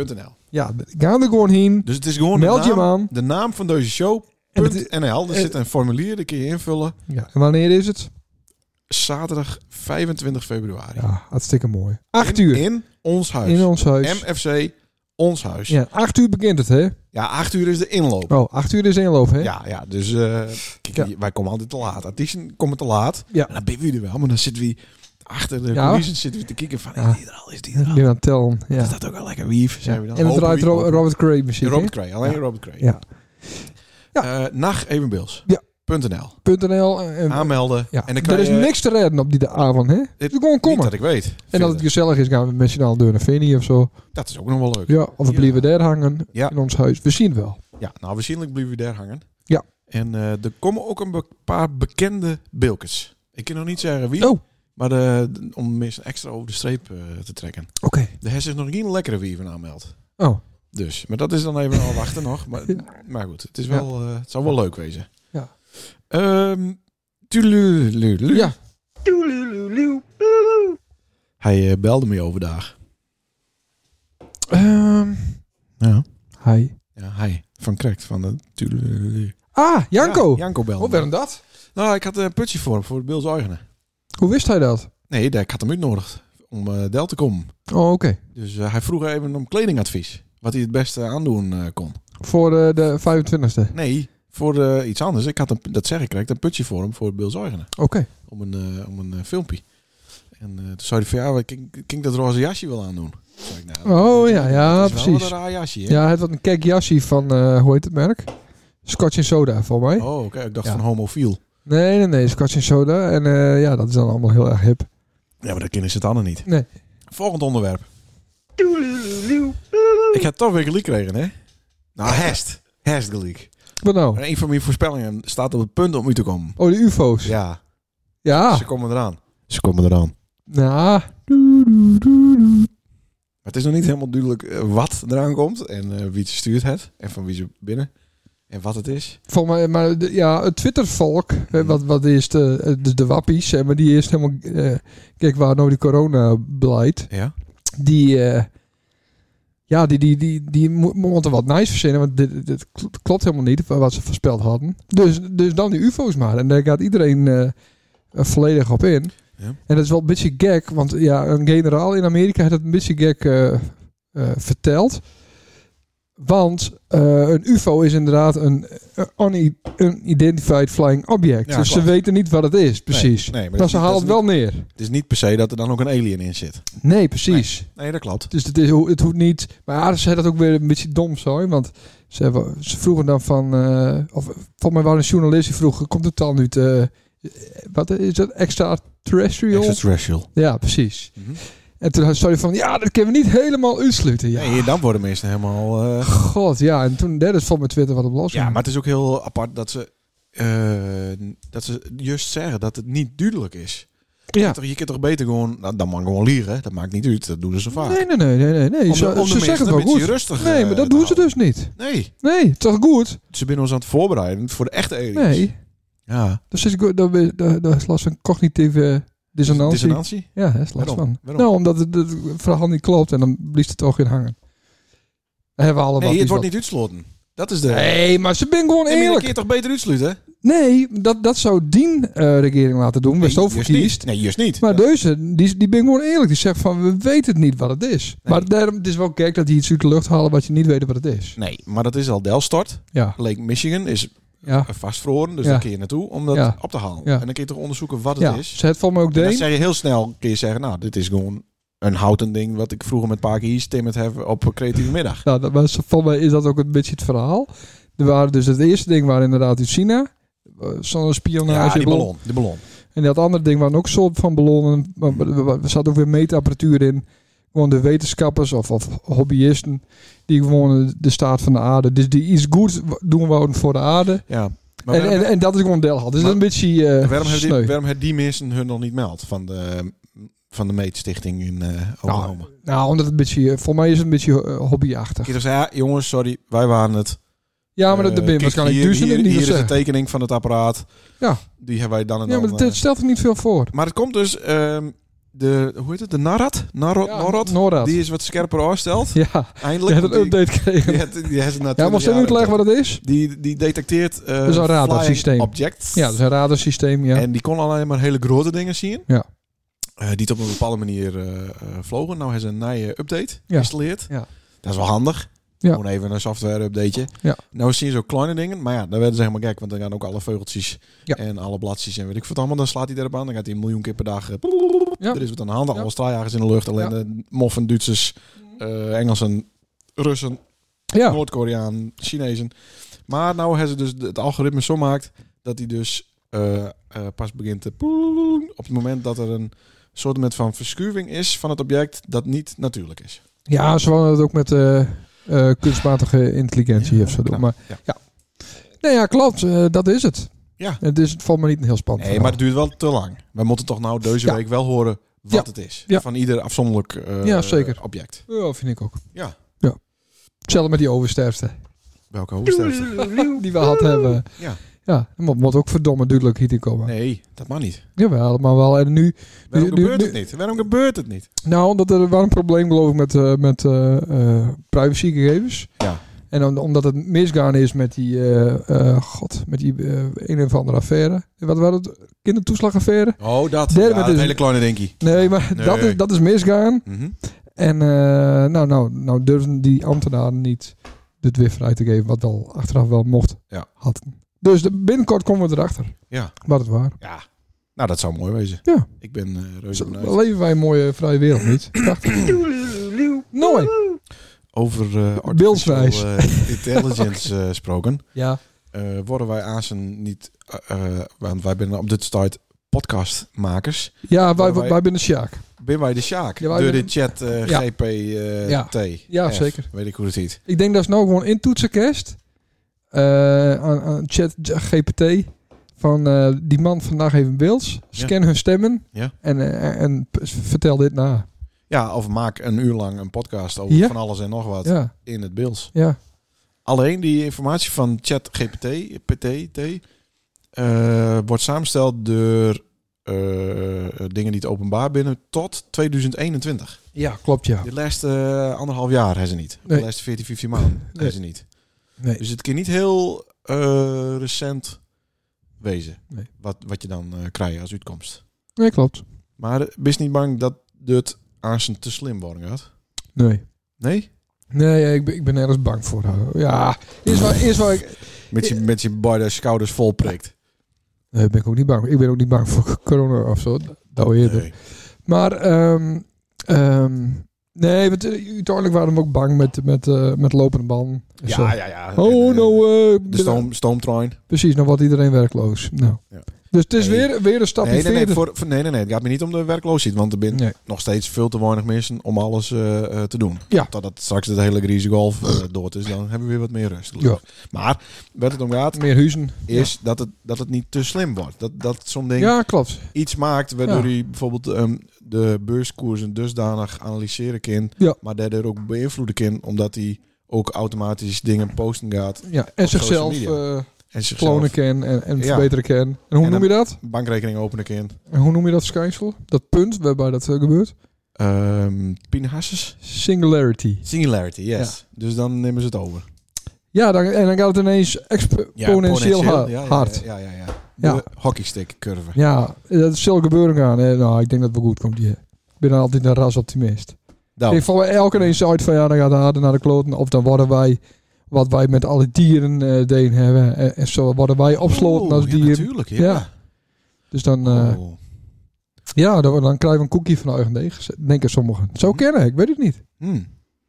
Ja, ga er gewoon heen. Dus het is gewoon Meld de, je naam, aan. de naam van deze show. En Punt het- N L. Er en- zit een formulier, dat kun je invullen. Ja. En wanneer is het? Zaterdag vijfentwintig februari. Ja, hartstikke mooi. Acht In- uur. In ons huis. In ons huis. M F C, ons huis. Ja. Ja, acht uur begint het, hè? acht uur is de inloop. Oh, acht uur is inloop, hè? Ja, ja, dus eh, kijk, Ja. hier- wij komen altijd te laat. Artiesten komen te laat. Ja. En dan ben je er wel, maar dan zitten we achter de Ja. coulissen zitten we te kijken van, Ja. is die er al, is die er al? Nu aan het tellen. Ja. Is dat ook wel lekker wief? Ja. Zijn we dan? En het Hopen draait wie, Ro- hopen. Robert Cray muziek, hè? Robert Cray, alleen Ja. Robert Cray. Ja. Eh, Nacht Evenbeels. Ja. .nl. .nl. En, Aanmelden. ja. En dan kan er is je, niks te redden op die de avond, hè? Dit- Dus gewoon Niet komen. dat ik weet. En als Verder. het gezellig is, gaan we met z'n allen door naar Vinnie of zo. Dat is ook nog wel leuk. Ja, of we Ja. blijven daar hangen Ja. in ons huis. We zien wel. Ja, nou, waarschijnlijk blijven we daar hangen. Ja. En eh, er komen ook een be- paar bekende bilkes. Ik kan nog niet zeggen wie. Oh. Maar de, de- om mensen extra over de streep eh, te trekken. Oké. Er is zich nog geen lekkere wie van aanmeldt. Oh. Dus, maar dat is dan even al wachten nog. Maar, maar goed, het, is wel, eh, het zou wel leuk wezen. Ja. Ehm, tulululu. Ja. Hij eh, belde me overdag. Ehm Ja. hi. Ja, hij. Van Krekt, van de tulululu. Ah, Janko. Ja, Janko belde Hoe me. waarom dat? Nou, ik had een putje voor hem, voor het Beels Eigenen. Hoe wist hij dat? Nee, daar- ik had hem uitgenodigd om eh Del te komen. Oh, oké. Dus eh, hij vroeg even om kledingadvies. Wat hij het beste aandoen eh, kon. Voor eh, de vijfentwintigste. Nee, voor eh, iets anders. Ik had een, dat zeg ik correct, een putje voor hem voor het Beels Eigenen. Oké. Om een, eh, om een eh, filmpje. En eh, toen zei hij van ja, kan, kan ik dat roze jasje wel aandoen? Toen zei ik, nou, Oh, dat is- ja, ja, dat is wel precies. een raar jasje, hè? Ja, het was een kek jasje van, eh, hoe heet het merk? Scotch and Soda, voor mij. Oh, oké. Ik dacht Ja. van homofiel. Nee, nee, nee. Scotch and Soda. En eh, ja, dat is dan allemaal heel erg hip. Ja, maar dat kennen ze het anderen niet. Nee. Volgend onderwerp. Ik heb toch weer gelijk gekregen, hè? Nou, hest. Hest gelijk. Wat nou? En een van mijn voorspellingen staat op het punt om u te komen. Oh, de U F O's. Ja, Ja. ze komen eraan. Ze komen eraan. Nou. Maar het is nog niet helemaal duidelijk eh, wat eraan komt. En eh, wie het stuurt het. En van wie ze binnen. En wat het is. Volgens mij, maar de- ja, het Twittervolk, eh, wat, wat is de, de, de wappies, eh, maar die is helemaal, eh, kijk waar nou die corona-beleid, Ja? die, eh, ja, die, die, die, die mo- moeten wat nice verzinnen, want dit, dit kl- klopt helemaal niet wat ze voorspeld hadden. Dus, dus dan die U F O's maar. En daar gaat iedereen eh, volledig op in. Ja. En dat is wel een beetje gek, want ja, een generaal in Amerika heeft het een beetje gek eh, eh, verteld. Want eh, een U F O is inderdaad een uh, unidentified flying object. Ja, dus ze klopt. weten niet wat het is, precies. Nee, nee, maar maar dat ze is niet- halen het dat wel is neer. Het is niet per se dat er dan ook een alien in zit. Nee, precies. Nee, dat klopt. Dus het, is, het hoeft niet... Maar ja, ze hebben dat ook weer een beetje dom zo. Want ze, hebben, ze vroegen dan van... eh, of volgens mij was een journalist die vroeg... Komt het dan uit... eh, wat is dat? Extraterrestrial? Extraterrestrial. Ja, precies. Mhm. En toen zei hij van... Ja, dat kunnen we niet helemaal uitsluiten. Ja. Nee, dan worden mensen helemaal... eh, God, ja. En toen derde het volgens mij Twitter wat op los. Ja, maar het is ook heel apart dat ze... eh, dat ze juist zeggen dat het niet duidelijk is. Ja. Toch, je kunt toch beter gewoon... Nou, dan mag gewoon liegen. Dat maakt niet uit. Dat doen ze vaak. Nee, nee, nee, nee, nee. nee. Om de- Ze, om de ze mensen zeggen het een wel beetje goed. rustig, Nee, eh, maar dat te doen ze houden. dus niet. Nee. Nee, toch goed? Ze zijn ons aan het voorbereiden voor de echte aliens. Nee. Ja. Dus is goed. Dat is- dat dat is last van cognitieve dissonantie. Dissonantie? Ja, dat is last Waarom? van. Waarom? Nou, omdat het, het verhaal niet klopt en dan blies het toch in hangen. Dan hebben we allemaal Nee, het iets wordt wat- niet uitsloten. Dat is de... Nee, maar ze zijn gewoon Nee, maar dan kun eerlijk. je toch beter uitsluiten? Nee, dat, dat zou die eh, regering laten doen. We zo juist verkiest. niet. Nee, juist niet. Maar Ja. deze, die, die ben gewoon eerlijk. Die zegt van, we weten het niet wat het is. Nee. Maar daarom, het is wel gek dat die iets uit de lucht halen wat je niet weet wat het is. Nee, maar dat is al Delstort. Ja, Lake Michigan is ja, vastvroren, dus Ja. daar kun je naartoe om dat Ja. op te halen. Ja. En dan kun je toch onderzoeken wat het ja. is. Ze het volgens mij ook En dan deed. zeg je heel snel, kun je zeggen, nou, dit is gewoon een houten ding wat ik vroeger met Parker East timmerd heb op een creatieve middag. Nou, dat was, volgens mij is dat ook een beetje het verhaal. Er waren dus het eerste ding waren inderdaad uit China. Eh, Zo'n spionage. Ja, die ballon, die ballon. En dat andere ding waren ook soort van ballonnen. Maar er zat ook weer meetapparatuur in. Gewoon de wetenschappers of, of hobbyisten. Die gewoon de staat van de aarde. Dus die iets goed doen wouden voor de aarde. Ja. Maar En, waarom, en, en dat is gewoon deel had. Dus Maar- dat is een beetje eh waarom, hebben sneu. die, waarom hebben die mensen hun nog niet meld van de, van de meetstichting in eh Oklahoma? Nou, omdat het een beetje... Voor mij is het een beetje eh, hobbyachtig. Ik zei, ja, jongens, sorry, wij waren het. Ja, maar dat Eh, ben je kijk, waarschijnlijk hier, duizenden hier, die hier dat is de zeggen. tekening van het apparaat. Ja. Die hebben wij dan en Ja, dan. maar het eh, het stelt er niet veel voor. maar het komt dus... ehm, de, hoe heet het? De Narad? Narod, Ja, Norad? Norad. Die is wat scherper afstelt. Ja, Eindelijk. je hebt een want die- update gekregen. Die, heeft- die heeft het na Ja, twintig moest je jaar uitleggen wat het is? Die, die detecteert uh, is een radarsysteem. flying objects. Ja, dat is een radarsysteem, ja. En die kon alleen maar hele grote dingen zien. Ja. Uh, die het op een bepaalde manier uh, uh, vlogen. Nou hebben ze een nieuwe update Ja. geïnstalleerd. Ja. Dat is wel handig. Ja. Gewoon even een software updateje. Ja. Nou zie je zo kleine dingen. Maar ja, dan werden ze helemaal gek. Want dan gaan ook alle veugeltjes Ja. en alle bladjes en weet ik wat allemaal. Dan slaat hij erop aan. Dan gaat hij een miljoen keer per dag. Uh, Ja. Er is wat aan de hand. Ja. Alle straaljagers in de lucht. Alleen Ja. de moffen, Duitsers, uh, Engelsen, Russen, Ja, Noord-Koreaan, Chinezen. Maar nou hebben ze dus het algoritme zo maakt dat hij dus uh, uh, pas begint te poelen op het moment dat er een soort met van verschuiving is van het object dat niet natuurlijk is. ja ze willen het ook met eh, eh, kunstmatige intelligentie Ja, of zo doen. knap. Maar Ja. ja. Nee, ja, klopt. eh, dat is het. Ja. Het is het valt me niet een heel spannend. Nee, maar het duurt wel te lang. We moeten toch nou deze Ja. week wel horen wat Ja. het is. Ja. Van ieder afzonderlijk uh, Ja, zeker. object. Ja, vind ik ook. Ja. ja. Hetzelfde met die oversterfte. Welke hoofdsterfte? Die we had hebben. Ja. Ja, dat moet, moet ook verdomme duidelijk hier komen. Nee, dat mag niet. Jawel, maar wel. En nu... Waarom nu- gebeurt nu- het niet? Waarom gebeurt het niet? Nou, omdat er was een probleem geloof ik met, eh, met eh, eh, privacygegevens. Ja. En om- omdat het misgaan is met die, eh, eh, god, met die eh, een of andere affaire. Wat was het? Kindertoeslagaffaire? Oh, dat. Derde Ja, met dat dus- hele kleine dinkie. Nee, maar Nee. Dat, is, dat is misgaan. Mhm. En eh, nou, nou, nou durfden die ambtenaren niet dit weer vrij te geven, wat wel achteraf wel mocht. Ja. Had. Dus de, binnenkort komen we erachter Ja. wat het waar. Ja. Nou, dat zou mooi wezen. Ja. Ik ben uh, reuze Zo, benieuwd. leven wij een mooie vrije wereld niet? Prachtig. Nooit. Over uh, Beeldswijs. artificial uh, intelligence uh, gesproken. Ja. Uh, worden wij aanzien niet... Uh, uh, want wij zijn op dit start podcastmakers. Ja, wij, wij- wij, binnen Sjaak. Ben wij de Sjaak? Ja, wij Door ben- de chat uh, Ja. G P uh, Ja. T. Ja, F, zeker. Weet ik hoe het heet. Ik denk dat ze nou gewoon intoetsen kerst. eh aan, aan chat G P T. Van eh, die man vandaag even beeld. Scan hun stemmen. Ja. En, eh, en p- vertel dit na. Ja, of maak een uur lang een podcast over Ja. van alles en nog wat Ja, in het beeld. ja. Alleen die informatie van chat G P T, P T, T uh, wordt samengesteld door uh, dingen die het openbaar binnen tot tweeduizend eenentwintig. Ja, klopt ja. De laatste uh, anderhalf jaar hebben ze niet. Nee. De laatste veertien, vijftien maanden Nee. hebben ze niet. Nee. Dus het kan niet heel uh, recent wezen. Nee. Wat, wat je dan uh, krijgt als uitkomst. Nee, klopt. Maar ben je niet bang dat het aan zijn te slim worden gaat? Nee. Nee? Nee, ik ben, ik ben ergens bang voor. Ja, eerst waar, eerst waar ik... Met je, met je beide schouders vol prikt. Nee, ben ik ook niet bang. Ik ben ook niet bang voor corona of zo. Dat al eerder. Nee. Maar, ehm ehm nee, want, uh, uiteindelijk waren we ook bang met, met, uh, met lopende banden. en zo. Ja, ja, ja. Oh, En, uh, nou... eh, De stoom, stoomtrein. Precies, nou wordt iedereen werkloos. Nou. Ja. Dus het is Nee. weer, weer een stapje Nee, nee, nee, verder. voor, voor, nee, nee, nee. Het gaat me niet om de werkloosheid. Want er zijn Nee. nog steeds veel te weinig mensen om alles uh, uh, te doen. Ja. Totdat straks het hele Grieze Golf uh, door is, dan hebben we weer wat meer rust. Ja. Maar waar het om gaat, Meer huizen. is dat, het, dat het niet te slim wordt. Dat, dat zo'n ding Ja, klopt. iets maakt waardoor Ja. hij bijvoorbeeld um, de beurskoersen dusdanig analyseren kan. Ja. Maar daardoor ook beïnvloeden kan. Omdat hij ook automatisch dingen posten gaat. Ja, en Op zichzelf social uh, En zichzelf klonen kan en, en Ja. verbeteren kan. En hoe En noem je dat? bankrekening openen kan. En hoe noem je dat verschijnsel? Dat punt waarbij dat uh, gebeurt? Um, Pinhasses? Singularity. Singularity, yes. Dus dan nemen ze het over. Ja, dan, en dan gaat het ineens exponentieel ha- ja, ja, hard. Ja, ja, ja. ja. Ja. De hockeystick curve. Ja, dat zal gebeuren gaan. Hè. Nou, ik denk dat het wel goed komt hier. Ik ben altijd een ras optimist. Nou, Ik val elke ineens uit van ja, dan gaat de harder naar de kloten. Of dan worden wij, wat wij met alle dieren uh, deden hebben. En, en zo worden wij opsloten oh, als ja, dieren. natuurlijk. Ja. Ja. Dus dan, uh, Oh. ja, dan, dan krijgen we een koekje van eigen deeg. Denken sommigen. Zo kennen, ik weet het niet. Hmm.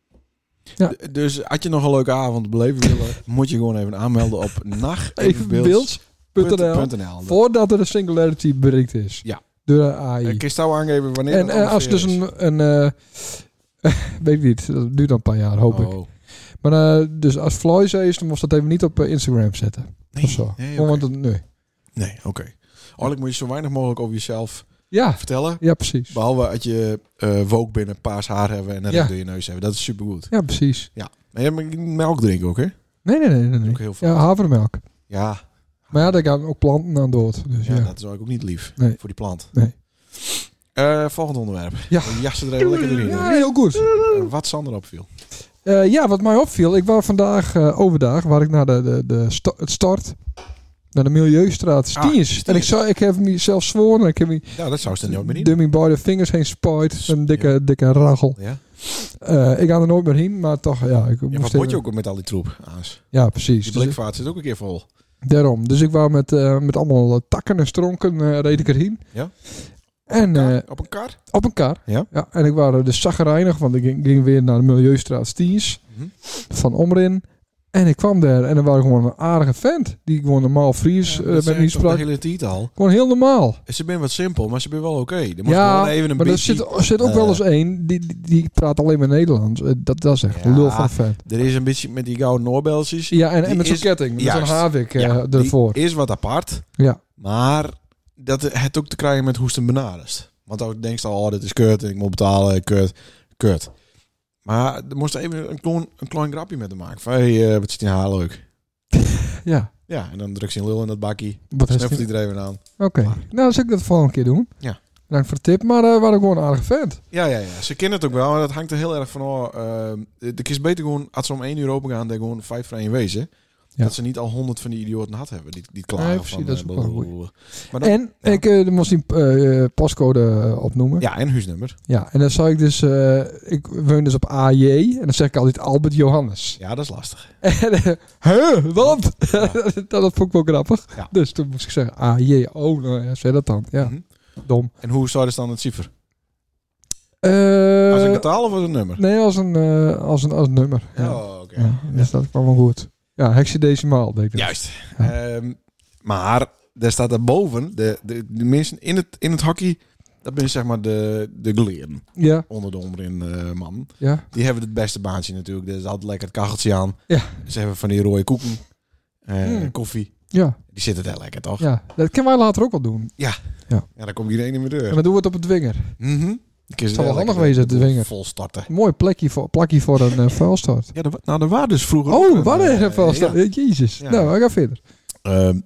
Ja. D- Dus had je nog een leuke avond beleven willen, moet je gewoon even aanmelden op nacht-evenbeelds punt n l. Evenbeelds. Voordat er een singularity bereikt is. Ja. Door de A I. Uh, kun je nou aangeven wanneer En dat uh, als het dus ongeveer een... een uh, weet ik niet. Dat duurt dan een paar jaar, hoop is? ik. Oh. Maar uh, dus als Floyd is, dan moest dat even niet op uh, Instagram zetten. Nee, Of zo. nee, Gewoon, oké. want het- nee. Nee, oké. Okay. Eigenlijk moet je zo weinig mogelijk over jezelf Ja, vertellen. ja, precies. Behalve als je uh, woke binnen, paars haar hebben en een Ja. ring door je neus hebben. Dat is supergoed. Ja, precies. Ja. Maar je hebt melk drinken ook, hè? Nee, nee, nee. nee, nee. Ook heel veel. Ja, havermelk. Ja. Maar ja, daar gaan ook planten aan dood. Dus Ja, ja. dat is eigenlijk ook niet lief Nee. voor die plant. Nee. Uh, volgend onderwerp. Ja. We jassen er even lekker doorheen. Ja, heel goed. Uh, wat Sander opviel. Uh, ja, wat mij opviel. Ik was vandaag uh, overdag, waar ik naar de, de, de sta- het start, naar de Milieustraat Stiens. Ah, en ik, zou, ik heb mezelf zworen. Ik heb me ja, dat zou ze niet meer door mijn beide vingers heen spuit. Een dikke, ja. dikke rachel. Ja. Uh, ik ga er nooit meer heen, maar toch, ja. Ik Ja, moest wat moet je even... ook met al die troep? Aas. Ja, precies. Die Dus blikvaart zit ook een keer vol. daarom. Dus ik wou met, uh, met allemaal uh, takken en stronken uh, reed ik erheen. Ja. En, uh, Op een kar? op een kar. Ja. Ja. En ik was dus zaggerijnig, want ik ging, ging weer naar de Milieustraat Stiens. Mm-hmm. Van Omrin. En ik kwam daar en er was gewoon een aardige vent. Die gewoon normaal Fries Ja, uh, dat met me de sprak. hele tijd al. Gewoon heel normaal. Ze zijn wat simpel, maar ze zijn wel oké. Okay. Er moet Ja, gewoon even een maar beetje... er zit, er zit ook uh, wel eens één die, die, die praat alleen maar Nederlands. Uh, Dat, dat is echt Ja, een lul van een vent. Er is een beetje met die gouden Noorbeltjes. Ja, en, en die met zo'n is- ketting. Met juist. zo'n havik uh, Ja, die ervoor. is wat apart. Ja. Maar dat het ook te krijgen met hoe ze hem benadert. Want dan denk je al, oh, dit is kut, ik moet betalen, kut, kut. Maar er moest even een klein, een klein grapje met hem maken. Van, hey, uh, wat zit die haar leuk. Ja. Ja, en dan drukt hij een lul in dat bakkie. Wat is Snuffelt die? hij er even aan. Oké. Okay. Nou, dan zal ik dat de volgende keer doen. Ja. Bedankt voor de tip. Maar uh, we waren gewoon een aardige vent. Ja, ja, ja. Ze kennen het ook wel. Maar dat hangt er heel erg van. Oh, uh, de kies beter gewoon, als ze om één uur open gaan, dan gewoon vijf voor één wezen. Ja. Dat ze niet al honderd van die idioten had hebben. Die, die klagen Nee, precies, van... dat is uh, ook wel goed. blablabla. Maar dan, En ja. ik uh, moest die uh, postcode uh, opnoemen. Ja, en huisnummer. Ja, en dan zou ik dus... Uh, ik woon dus op A J. En dan zeg ik altijd Albert Johannes. Ja, dat is lastig. En, uh, huh, wat? Ja. dat, dat vond ik wel grappig. Ja. Dus toen moest ik zeggen A J. Oh, nou ja, zei dat dan. Ja, Mm-hmm. dom. En hoe zou dat dan het cijfer? Uh, Als een getal of als een nummer? Nee, als een, uh, als een, als een nummer. Ja. Oh, oké. Ja, dus dat kwam wel goed. Ja, hexadecimaal, denk ik. Juist. Ja. Um, maar daar staat daarboven, de, de, de mensen in het, in het hockey, dat zijn zeg maar de, de geleerden Ja, onder de onderin uh, man. ja. Die hebben het beste baantje natuurlijk. Er is altijd lekker het kacheltje aan. Ja. Ze hebben van die rode koeken, uh, Mm. koffie. Ja, Die zitten heel lekker, toch? ja, dat kunnen wij later ook wel doen. Ja, dan komt iedereen in mijn deur. En dan doen we het op het dwinger. Mhm. Het zou wel handig wezen, de vinger. Vol starten. Een mooi plekje voor, plakje voor een uh, vuilstort. Ja, dat, nou, dat waren dus vroeger ook Oh, een, wat uh, een vuilstort. ja. Jezus. Ja. Nou, we gaan verder. Um,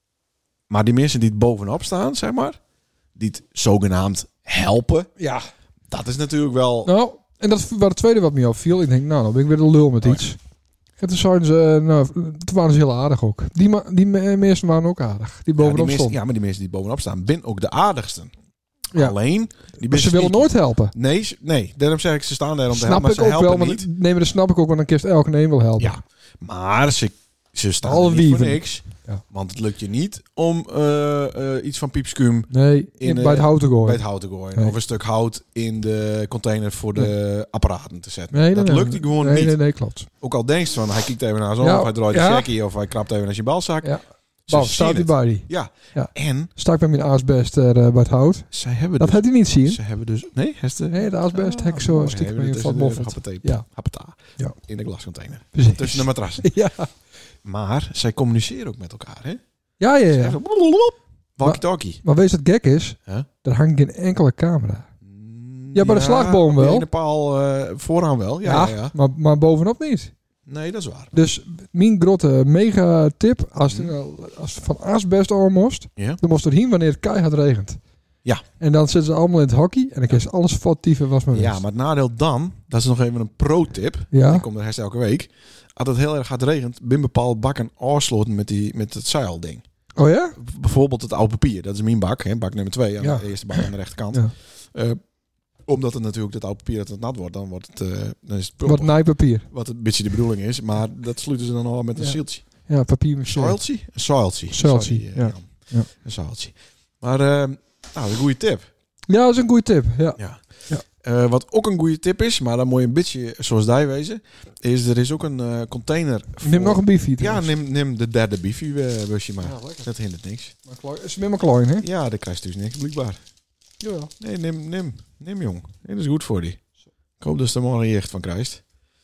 maar die mensen die het bovenop staan, zeg maar, die het zogenaamd helpen, Ja. dat is natuurlijk wel... Nou, en dat was het tweede wat me opviel. Ik denk, nou, dan ben ik weer de lul met Oh, iets. En toen, zijn ze, uh, nou, toen waren ze heel aardig ook. Die, ma- die me- mensen waren ook aardig. Die ja, bovenop die mensen, stonden. ja, maar die mensen die bovenop staan, ben ook de aardigsten. Ja. Alleen, die Maar ze mensen willen niet- nooit helpen. Nee, ze- nee, daarom zeg ik, ze staan daar om te Snap helpen, maar ik ze ook helpen wel, maar niet. nee, maar dat snap ik ook, want dan kiest elke een wil helpen. Ja, maar ze, ze staan Alle er niet voor wieven. niks. Ja. Want het lukt je niet om uh, uh, iets van piepskuum Nee, In, in, eh, bij het hout te gooien. bij het hout te gooien. Nee. Of een stuk hout in de container voor de apparaten te zetten. Nee, nee, dat nee, lukt hij gewoon nee, niet. Nee, nee, klopt. Ook al denk je van, hij kijkt even naar zijn Ja, of hij draait ja. een checkie of hij krabt even naar zijn balzak. Ja. Ze Bam, zien staat hij het. bij die. Ja. Ja. En Sta ik met mijn asbest er uh, bij het hout. zij hebben Dat dus... had hij niet zien. Ze hebben dus... Nee, Hester? Nee, de asbest heb ik zo een stukje mee van moffeld. Ja. Ja. Happeta. Ja. In de glascontainer. Precies. Tussen de matrassen. Ja. Maar zij communiceren ook met elkaar, hè? Ja, ja, Ze ja. zeggen, walkie-talkie. Maar wees het gek is, Huh? er hangt geen enkele camera. Mm, Ja, bij de slagboom op wel. die ene paal uh, vooraan wel. Ja, ja, ja. Maar, maar bovenop niet. Nee, dat is waar. Dus mijn grote mega tip, als het, als het van asbest aan moest, Ja. dan moest er heen wanneer het keihard regent. Ja. En dan zitten ze allemaal in het hockey en dan kun je alles foutieve was maar Ja, maar het nadeel dan, dat is nog even een pro-tip. Ja. Die komt er herst elke week. Als het heel erg hard regent, bin bepaalde bakken afsloten met, die, met het zeilding. Oh ja? Bijvoorbeeld het oude papier. Dat is mijn bak, hè, bak nummer twee. Aan Ja. de eerste bak aan de rechterkant. Ja. Uh, omdat het natuurlijk dat oude papier dat het nat wordt, dan wordt het, uh, dan is het Wat pulper. naaipapier. Wat een beetje de bedoeling is. Maar dat sluiten ze dan al met een Ja. zieltje. Ja, papier met Soiltje? Een soiltje. Soiltje, Sorry, uh, ja. Jan. Ja. Een soiltje. Maar, uh, nou, een goede tip. Ja, dat is een goede tip. Ja. Ja. Ja. Uh, wat ook een goede tip is, maar dan moet je een beetje zoals die wezen, is er is ook een uh, container. Voor... Neem nog een biefie. Ja, neem, neem de derde biefie uh, busje maar. Ja, lekker. Dat hindert niks. Het is met mijn klein, hè? Ja, dat krijg je dus niks, blijkbaar. Jawel. Nee, neem, neem, neem jong. Nee, dat is goed voor die. Ik hoop dat je er morgen echt van krijgt.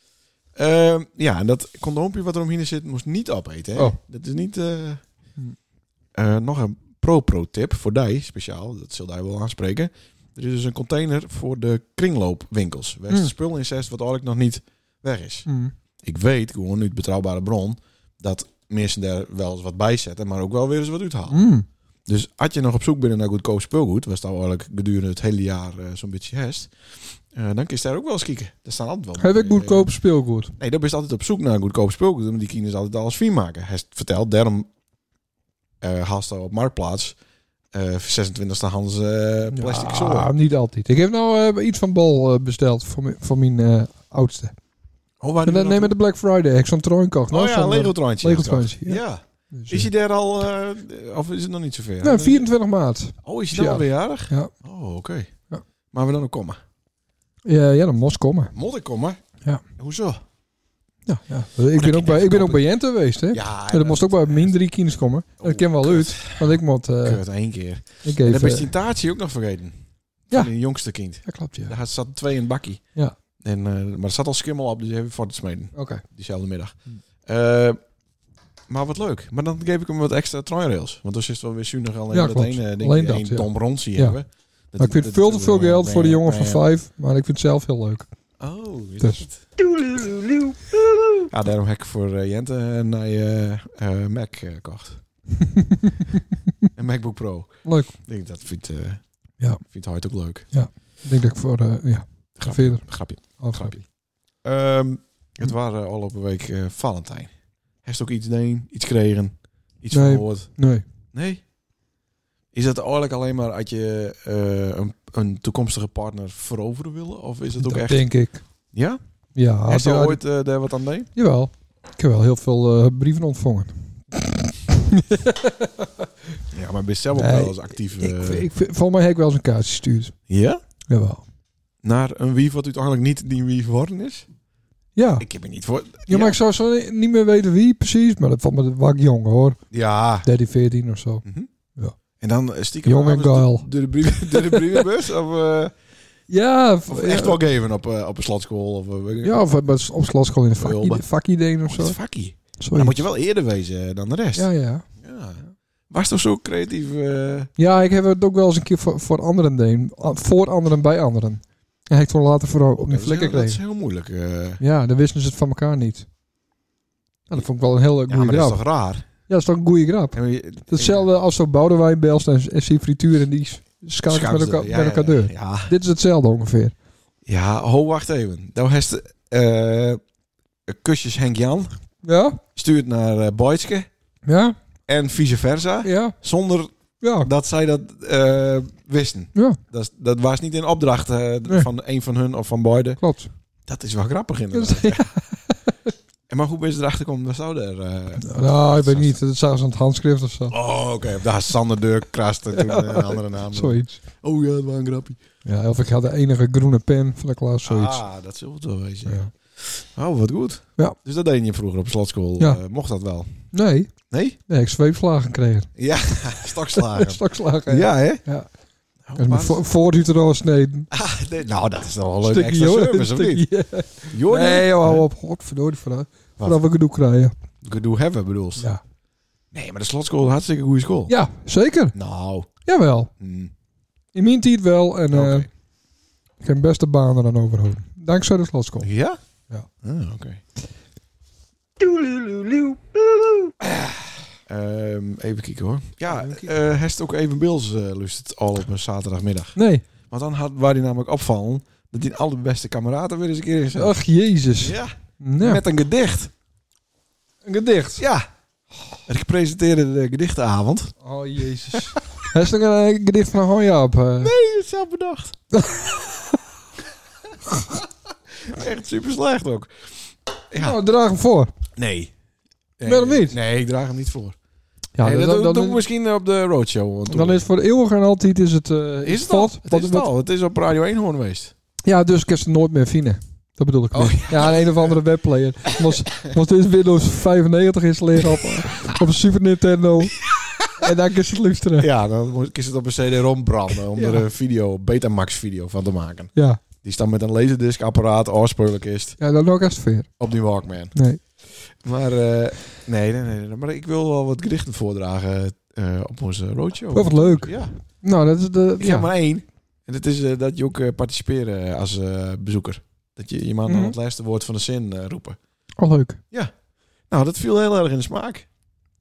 Uh, ja, en dat condoompje wat er omheen zit, moest niet opeten. Hè? Oh. Dat is niet... Uh, uh, nog een pro-pro-tip voor die, speciaal. Dat zul jij wel aanspreken. Er is dus een container voor de kringloopwinkels. Waar Mm. de spul in zet wat eigenlijk nog niet weg is. Mm. Ik weet, gewoon uit betrouwbare bron, dat mensen daar wel eens wat bij zetten, maar ook wel weer eens wat uithalen. Mm. Dus als je nog op zoek bent naar goedkoop speelgoed, was dat eigenlijk gedurende het hele jaar uh, zo'n beetje hest, uh, dan kun je daar ook wel eens kijken. Er staan altijd wel. Heb ik goedkoop speelgoed? Nee, dan ben je altijd op zoek naar goedkoop speelgoed. Want die kinderen altijd alles fijn maken. Hij vertelt, daarom uh, haast op Marktplaats uh, zesentwintigste hands uh, plastic ja, zolen. niet altijd. Ik heb nou uh, iets van Bol uh, besteld voor, mi- voor mijn uh, oudste. Oh, waar En dan neem met de Black Friday. Ik zo'n troon kocht. Oh ja, een Lego troontje. Lego troontje, ja. Ja. Dus, Is hij daar al, uh, of is het nog niet zover? nou, vierentwintig maart. Oh, is hij dan alweer jarig? Ja. Oh, oké. Okay. Ja. Maar we dan ook komen? Ja, ja, dan moest komen. Moet ik komen? Ja. Hoezo? Ja, ja. Ik ben ook bij, ik ben ook bij Jente geweest, hè? Ja. En dat moest ook bij min drie kinders komen. Dat ken wel uit. Want ik moet... Uh, Kut, één keer. Ik en dan ben je uh, die taartje ook nog vergeten. Ja. Van die jongste kind. Dat klopt, ja. Daar zat twee in het bakkie. Ja. En, uh, maar er zat al skimmel op, dus even voor te smeden. Oké. Okay. Diezelfde middag. Hmm. Uh, maar wat leuk. Maar dan geef ik hem wat extra treinrails. Want dan is het wel weer zuinig alleen ja, dat ene ding, alleen dat, één ja. Tom Ronsie ja. hebben. Dat, maar ik vind het veel te veel geld voor de jongen van vijf. Maar ik vind het zelf heel leuk. Oh, is dus. het? Ja, daarom heb ik voor uh, Jente een uh, uh, Mac uh, gekocht. Een MacBook Pro. Leuk. Ik denk dat vindt, uh, ja. vindt Hart ook leuk. Ja, ik denk dat ik voor... Uh, ja, grapje. Verder. Grapje. Oh, grapje. Um, het waren al op een week uh, Valentijn. Heeft ook iets gedaan, iets gekregen, iets nee. verhoord? Nee. Nee? Is dat eigenlijk alleen maar als je uh, een, een toekomstige partner veroveren willen? Of is het ook dat echt... denk ik. Ja? Ja. Heb je ja, ooit uh, daar wat aan deed? Jawel. Ik heb wel heel veel uh, brieven ontvangen. Ja, maar ben je zelf ook nee, wel eens actief... Uh... Ik, ik, volgens mij heb ik wel eens een kaartje gestuurd. Ja? Jawel. Naar een wie wat uiteindelijk niet die wie geworden is? Ja. Ik heb er niet voor... Ja, ja, maar ik zou zo niet meer weten wie precies. Maar dat vond me was ik jong hoor. Ja. dertien, veertien of zo. Mm-hmm. Ja. En dan stiekem... Jong en geil. Door de, brief, door de brievenbus? Of, uh, ja. of ja. echt wel geven op, uh, op een slotschool? Of, uh, ja, of op slotschool in een vakkie deen of oh, zo. Het vakkie. Dan moet je wel eerder wezen dan de rest. Ja, ja. Ja. Was toch zo creatief? Uh... Ja, ik heb het ook wel eens een keer voor, voor anderen deen. Voor anderen bij anderen. En ik toen later voor op mijn vlekken kreeg. Dat is heel moeilijk. Uh... Ja, dan wisten ze het van elkaar niet. Nou, dat vond ik wel een heel goede ja, maar grap. dat is toch raar? Ja, dat is toch een goede grap. Ja, je, hetzelfde ja. als zo Boudewijn belst en, en zie frituur en die schakelt met elkaar, ja, met elkaar ja, deur. Ja, ja. Dit is hetzelfde ongeveer. Ja, ho, wacht even. Nou heeft uh, kusjes Henk Jan. Ja. Stuurt naar uh, Boytske. Ja. En vice versa. Ja. Zonder ja. dat zij dat uh, wisten. Ja. Dat, dat was niet in opdracht uh, nee. van een van hun of van beide. Klopt. Dat is wel grappig inderdaad. Ja. En maar hoe ben je erachter gekomen? Dat zou er... Uh, nou, ik weet niet. Dat zagen ze aan het handschrift of zo. Oh, oké. Okay. Daar is Sander Deur kraste toen ja. een andere naam. Zoiets. Oh ja, dat was een grapje. Ja, of ik had de enige groene pen van de klas, zoiets. Ah, dat zult het wel wezen. Ja. Oh, wat goed. Ja. Dus dat deed je vroeger op slotschool. Ja. Uh, mocht dat wel? Nee. Nee? Nee, ik zweepslagen kregen. Ja, stokslagen. stokslagen, ja. Ja, hè? Ja. Oh, en voor, voor u te sneden. Ah, nee, nou, dat is wel een leuke extra service, of niet? Ja. Nee, joh, hou op. Godverdorie vanaf. Voordat we gedoe krijgen. Gedoe hebben, bedoel je? Ja. Nee, maar de slotschool is hartstikke goede school. Ja, zeker. Nou. Jawel. Hmm. In mijn tijd wel. En okay. uh, ik heb beste banen dan overhouden. Dankzij de slotschool. Ja? Ja. Ah, oké. Okay. Um, even kijken hoor. Ja, uh, heeft ook even Bills uh, lust het al op een zaterdagmiddag. Nee. Want dan had, waar hij namelijk opvallen dat die allerbeste kameraden weer eens een keer is. Ach, jezus. Ja. Nou. Met een gedicht. Een gedicht? Ja. En ik presenteerde de gedichtenavond. Oh, jezus. Hij is toch een uh, gedicht van Honja op? Uh... Nee, dat is zelf bedacht. Echt super slecht ook. Ja. Nou, draag hem voor. Nee. Nee, Waarom niet? Nee, ik draag hem niet voor. Ja, nee, dan, dat dan, doen dan we misschien op de roadshow. Dan is het voor eeuwig en altijd is het... Uh, is het al? Het is het al. Het is op Radio één hoorn geweest. Ja, dus ik heb ze nooit meer vinden. Dat bedoel ik. Oh, ja. ja, een of andere webplayer. Moest, moest dus Windows vijfennegentig installeren op, op een Super Nintendo. En dan kun je het luisteren. Ja, dan kun je het op een C D-ROM branden om ja. er een video, Betamax video van te maken. Ja. Die staat met een laserdiscapparaat, oorspronkelijk is. Ja, dat ook als veer. Op die Walkman. Nee. Maar, uh, nee, nee, nee, nee. Maar ik wil wel wat gedichten voordragen uh, op onze roadshow. Dat wordt leuk. Ja. Nou, dat is de... Ik ja. heb maar één. En dat is uh, dat je ook uh, participeren als uh, bezoeker. Dat je iemand mm-hmm. aan het laatste woord van de zin uh, roepen. Oh, leuk. Ja. Nou, dat viel heel erg in de smaak.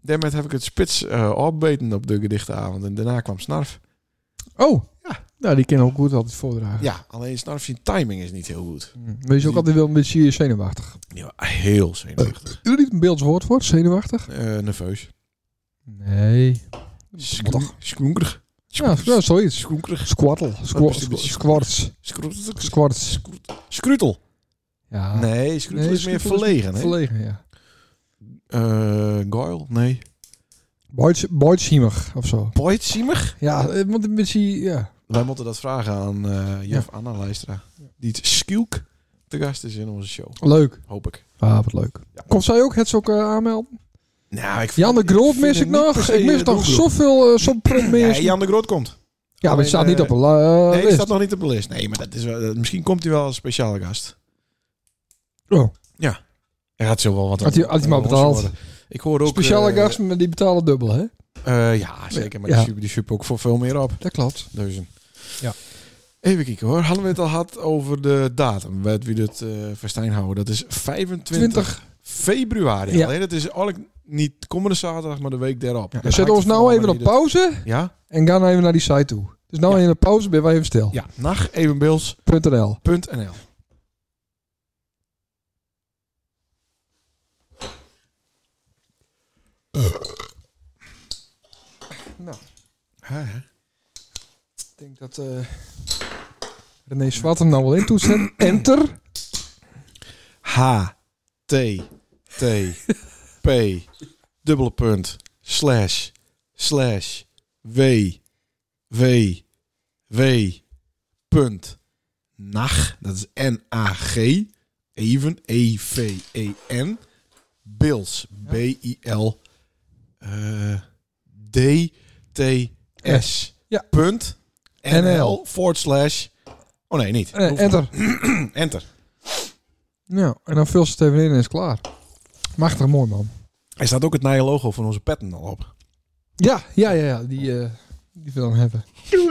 Daarmee heb ik het spits uh, opbeten op de gedichte avond. En daarna kwam Snarf. Oh, Ja. Nou, die kennen ook goed altijd voordragen. Ja, alleen Snarf zijn timing is niet heel goed. Mm. Maar je is ook altijd wel een beetje zenuwachtig. Ja, heel zenuwachtig. Doe niet een beelds woord voor, zenuwachtig? Uh, nerveus. Nee. Schoenkerig. Ja, ja, zoiets. Schoenkerig. Squattle. Squarts. Squarts. Skrutel. Ja. Nee, Skrutel is meer verlegen. Hè? Verlegen, ja. Uh, Goyle? Nee. Boydsiemig of zo. Boydsiemig? Ja, het moet een beetje, ja. Wij moeten dat vragen aan uh, juf Ja. Anna Leistra. Die het Skilk te gast is in onze show. Leuk. Hoop ik. Ah, wat leuk. Ja. Komt zij ook het ook uh, aanmelden? Nou, ik Jan de Groot mis ik nog. Ik mis nog zoveel uh, zo'n prompt Nee, mensen. Jan de Groot komt. Ja, maar het staat niet op een uh, Nee, lijst. het staat nog niet op de lijst. Nee, maar dat is wel, uh, misschien komt hij wel als speciale gast. Oh. Ja. Hij gaat zo wel wat... Had hij, had hij maar betaald. worden. Ik hoorde ook... Speciale uh, gasten, maar die betalen dubbel, hè? Uh, ja, zeker. Maar Ja. die super, die super ook voor veel meer op. Dat klopt. Dus, Ja. Even kijken hoor. Hadden we het al gehad over de datum? Wat we dit uh, verstijn houden. Dat is vijfentwintig twintig februari. Ja. Alleen dat is eigenlijk niet komende zaterdag, maar de week daarop. Ja, Dus zet ons nou even op dat... pauze Ja? en ga nou even naar die site toe. Dus nou Ja. even een pauze, ben wij even stil. Ja. Nacht evenbeels Punt N L. punt n l. Nou, Ha, hè? ik denk dat uh, René Zwart hem nou wel in toetsen. Enter. H T T P dubbele punt slash slash W W W punt Nach, dat is N A G, even E V E N, Bils, B I L uh, D T S Ja. punt N L forward slash, oh nee, niet. Uh, enter. Enter. Nou, en dan vul ze het even in en is klaar. Machtig mooi, man. Er staat ook het nieuwe logo van onze petten al op. Ja, ja, ja, ja. Die, uh, die wil dan hebben.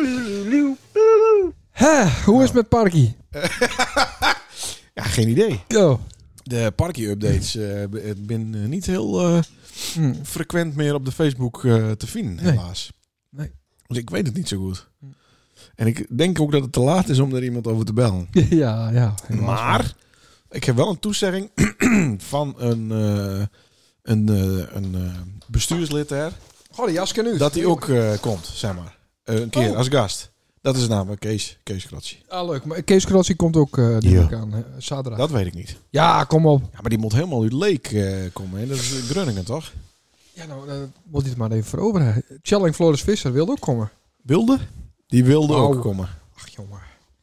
Hè, hoe is het met Parkie? Ja, geen idee. Oh. De Parkie-updates uh, ben uh, niet heel uh, Hm. frequent meer op de Facebook uh, te vinden, Nee. helaas. Nee. Dus ik weet het niet zo goed. Hm. En ik denk ook dat het te laat is om er iemand over te bellen. Ja, ja. helaas Maar wel. ik heb wel een toezegging van een, uh, een, uh, een uh, bestuurslid daar. Goh, die jas kan nu. Dat hij ook uh, komt, zeg maar. Uh, een keer Oh. als gast. Dat is namelijk Kees, Kees Kratje. Ah, leuk. Maar Kees Krotzie komt ook uh, die Ja. week aan. Uh, zaterdag. Dat weet ik niet. Ja, kom op. Ja, maar die moet helemaal uit Leek uh, komen. Hè? Dat is Groningen, toch? Ja, nou, dan moet hij het maar even veroveren. Challing Floris Visser wilde ook komen. Wilde? Die wilde Oh. ook komen. Ach, jongen.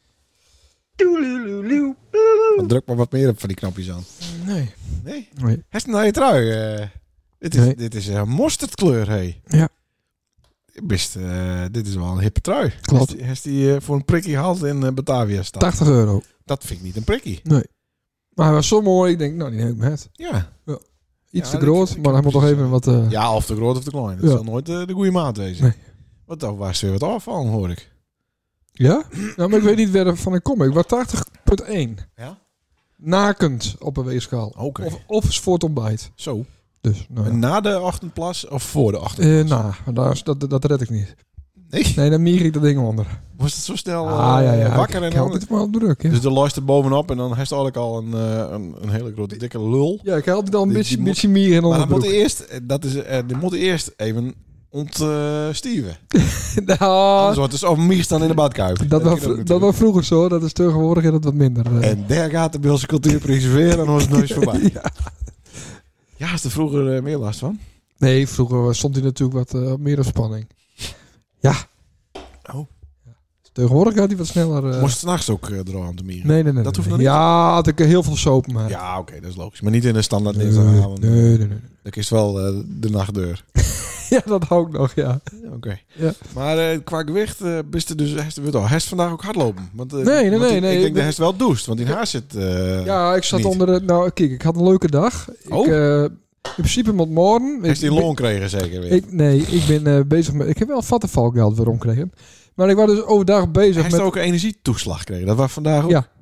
Dan druk maar wat meer op van die knopjes aan. Nee. Nee? Nee. Heeft een nieuwe trui? Uh, dit is, Nee. dit is een mosterdkleur, hé. Ja. Best, uh, dit is wel een hippe trui. Klopt. Heeft die- Heeft die uh, voor een prikkie gehaald in uh, Batavia staan? tachtig euro. Dat vind ik niet een prikkie. Nee. Maar hij was zo mooi. Ik denk, nou, die neem ik me het. Ja. Iets Ja, te groot, ik- ik maar hij moet nog precies, even uh, wat... Uh, Ja, of te groot of te klein. Dat Ja. zal nooit uh, de goede maat wezen. Nee. Wat dan was er weer wat afvallen, hoor ik. Ja? Nou, maar ik weet niet waar van ik kom. Ik was tachtig punt één. Ja? Nakend op een weegschaal. Oké. Of, of is voor het ontbijt. Zo. Dus, nou ja. En na de ochtendplas of voor de Eh, ochtendplas? nou, maar daar is- dat, dat red ik niet. Nee. Nee, dan mier ik dat ding onder. Was het zo snel uh, Ah, ja, ja. wakker ik, en ik hou dan... het maar op druk, ja. Dus de luister bovenop en dan heeft hij eigenlijk al een, uh, een, een hele grote dikke lul. Ja, ik haal dan een Die- beetje, die moet- beetje mier in Maar onder dan moet broek. hij eerst, eh, dat is, uh, die moet hij eerst even ontstieven. Nou, Anders wordt het over mier staan in de badkuip. dat, Dat was, kan ook dat natuurlijk. was vroeger zo. Dat is tegenwoordig is dat wat minder. eh. En daar gaat de Beelse cultuur preserveren en dan is het neus voorbij. Ja. Ja, is er vroeger uh, meer last van? Nee, vroeger stond hij natuurlijk wat uh, meer op spanning. Ja. Oh. Tegenwoordig gaat hij wat sneller. Uh... Moest het s'nachts ook uh, er al aan te mieren? Nee, nee, nee. Dat nee, hoeft nog nee. niet? Ja, had ik heel veel soap, maar. Ja, oké, dat is logisch. Maar niet in de standaard nee, dinsdagavond. nee, nee, nee, nee. Dan is wel uh, de nachtdeur. Ja, dat hou ik nog, ja. Oké. Okay. Ja. Maar uh, qua gewicht uh, bist er dus heeft er weer al. Hij is vandaag ook hardlopen. Want, uh, Nee, nee, want nee, ik, nee, Ik ik denk ben- dat hij wel doucht, want in haar zit. Uh, Ja, ik zat niet. onder het... Nou, kijk, ik had een leuke dag. Oh. Ik, uh, in principe moet morgen... Heeft hij ik- een loon kregen zeker weer? Ik, nee, ik ben uh, bezig met... Ik heb wel een vattenvalgeld weer omgekregen. Maar ik was dus overdag bezig Hij heeft met... ook een energietoeslag gekregen. Dat was vandaag ook. Ja.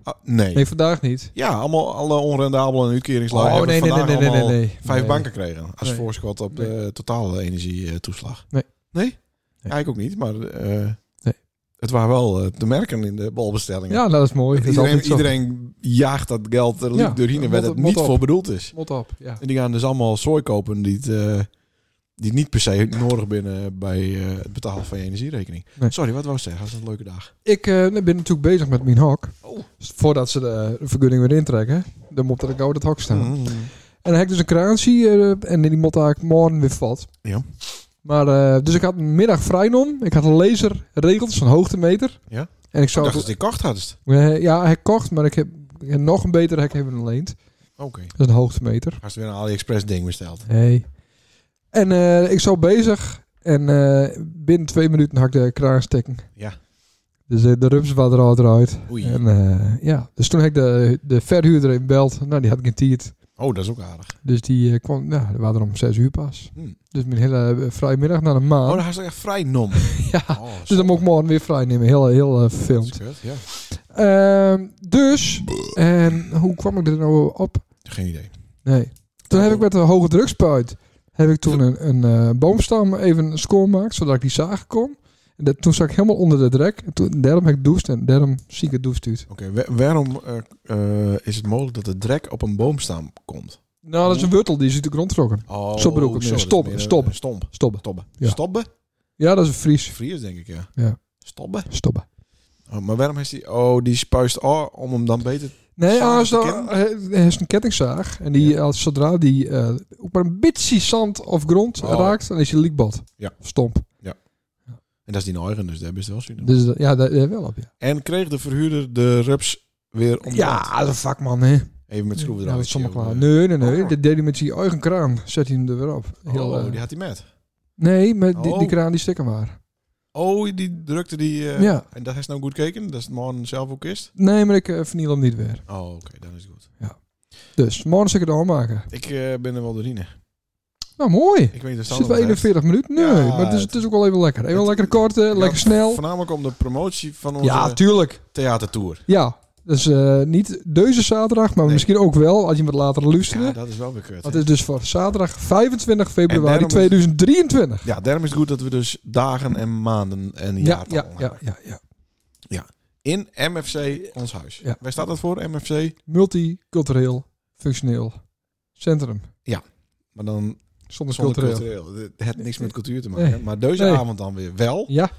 Ah, nee. Nee, vandaag niet. Ja, allemaal alle onrendabele en uitkeringslui Oh, hebben nee, nee, vandaag nee, nee, nee, allemaal nee. vijf Nee. banken kregen. Als Nee. voorschot op de totale energietoeslag. Nee. Nee? Ja, ik ook niet, maar uh, nee. Het waren wel uh, te merken in de balbestellingen. Ja, dat is mooi. Dat is iedereen, altijd zo. iedereen jaagt dat geld er Ja, doorheen en waar mot- het mot niet op. voor bedoeld is. Mot op, ja. En die gaan dus allemaal zooi kopen die het, uh, die niet per se nodig binnen bij uh, het betalen van je energierekening. Nee. Sorry, wat wou je zeggen? Dat is een leuke dag. Ik uh, ben natuurlijk bezig met mijn hok. Oh. Voordat ze de vergunning weer intrekken. Dan moet er gauw dat hok staan. Mm. En dan heb ik dus een kraantje uh, en die moet eigenlijk morgen weer vat. Ja. Maar, uh, dus ik had een middag vrij om. Ik had een laserregels, een hoogtemeter. Ja. En ik zou Ik dacht dat je kocht hadst. Uh, ja, hij kocht, maar ik heb, ik heb nog een betere hek hebben geleend. Oké. Okay. Dat is een hoogtemeter. Hast weer een AliExpress ding besteld. Nee. En uh, ik zou bezig en uh, binnen twee minuten had ik de kraan steken. Ja. Dus uh, de rups waren er eruit. Oei. En uh, ja, dus toen heb ik de, de verhuurder in belt. Nou, die had ik in tiert. Oh, dat is ook aardig. Dus die uh, kwam, nou, die waren er om zes uur pas. Hmm. Dus mijn hele uh, vrije middag naar een maand. Oh, dan had je echt vrij nom. ja, Oh, dus dan moet ik morgen weer vrij nemen. Heel, heel uh, vervelend. Ja. Uh, dus, en hoe kwam ik er nou op? Geen idee. Nee. Toen heb ik met een hoge drukspuit heb ik toen een, een uh, boomstam even schoongemaakt, zodat ik die zagen kon. En dat, toen zat ik helemaal onder de drek. En toen, daarom heb ik doucht en daarom zie ik het doucht uit. Oké, okay, wa- waarom uh, uh, is het mogelijk dat de drek op een boomstam komt? Nou, dat is een wortel die is uit de grond trokken. Oh, Zo bedoel ik het zo, meer. dat is Stop, meer stop. een Stomp. Stobben. Stobben. Ja. Stobben? Ja, dat is een Fries. Fries, denk ik, ja. Ja. Stobben? Stobben. Oh, maar waarom is die... Oh, die spuist oh, om hem dan beter... Nee, zagen als te dan, kennen? hij hij heeft een kettingzaag. En die, Ja. als, zodra die uh, ook maar een beetje zand of grond Oh. raakt, dan is hij liekbot. Ja. Stomp. En dat is die eigen, dus daar is het wel zin in. Dus uh, ja, daar daar wel op, ja. En kreeg de verhuurder de rups weer om Ja, dat is een vakman, hè. Even met schroeven Ja, dat eruit. is allemaal klaar. Nee, nee, nee. Dat deed hij met zijn eigen kraan. Zet hij hem er weer op. Heel, Oh, uh, die had hij met. nee, met die, die Oh. kraan die stikken waren. Oh, die drukte die... Uh, Ja. En dat is nou goed gekeken? Dat is het morgen zelf ook is? Nee, maar ik uh, verniel hem niet weer. Oh, oké. Okay, dan is het goed. Dus, morgen zal ik het aanmaken. Ik uh, ben er wel doorheen. Nou, mooi. Ik weet niet, Zit wel eenenveertig minuten? Nee, Ja, maar het is, het is ook wel even lekker. Even het- lekker kort, uh, lekker snel. Voornamelijk om de promotie van onze Ja, tuurlijk. theatertour. Ja, dus uh, niet deze zaterdag, maar Nee. misschien ook wel als je wat later luistert. Ja, dat is wel weer kut. Want het is dus voor zaterdag vijfentwintig En februari daarom is- tweeduizend drieëntwintig. Ja, daarom is het goed dat we dus dagen en maanden en Ja, jaartallen ja, ja, hebben. ja, ja. In M F C Ons Huis. Ja. Waar staat dat voor, M F C? Multicultureel, functioneel centrum. Maar dan Zonder, zonder cultureel. cultureel. Het heeft niks met cultuur te maken. Nee. Maar deze Nee. avond dan weer wel. Ja,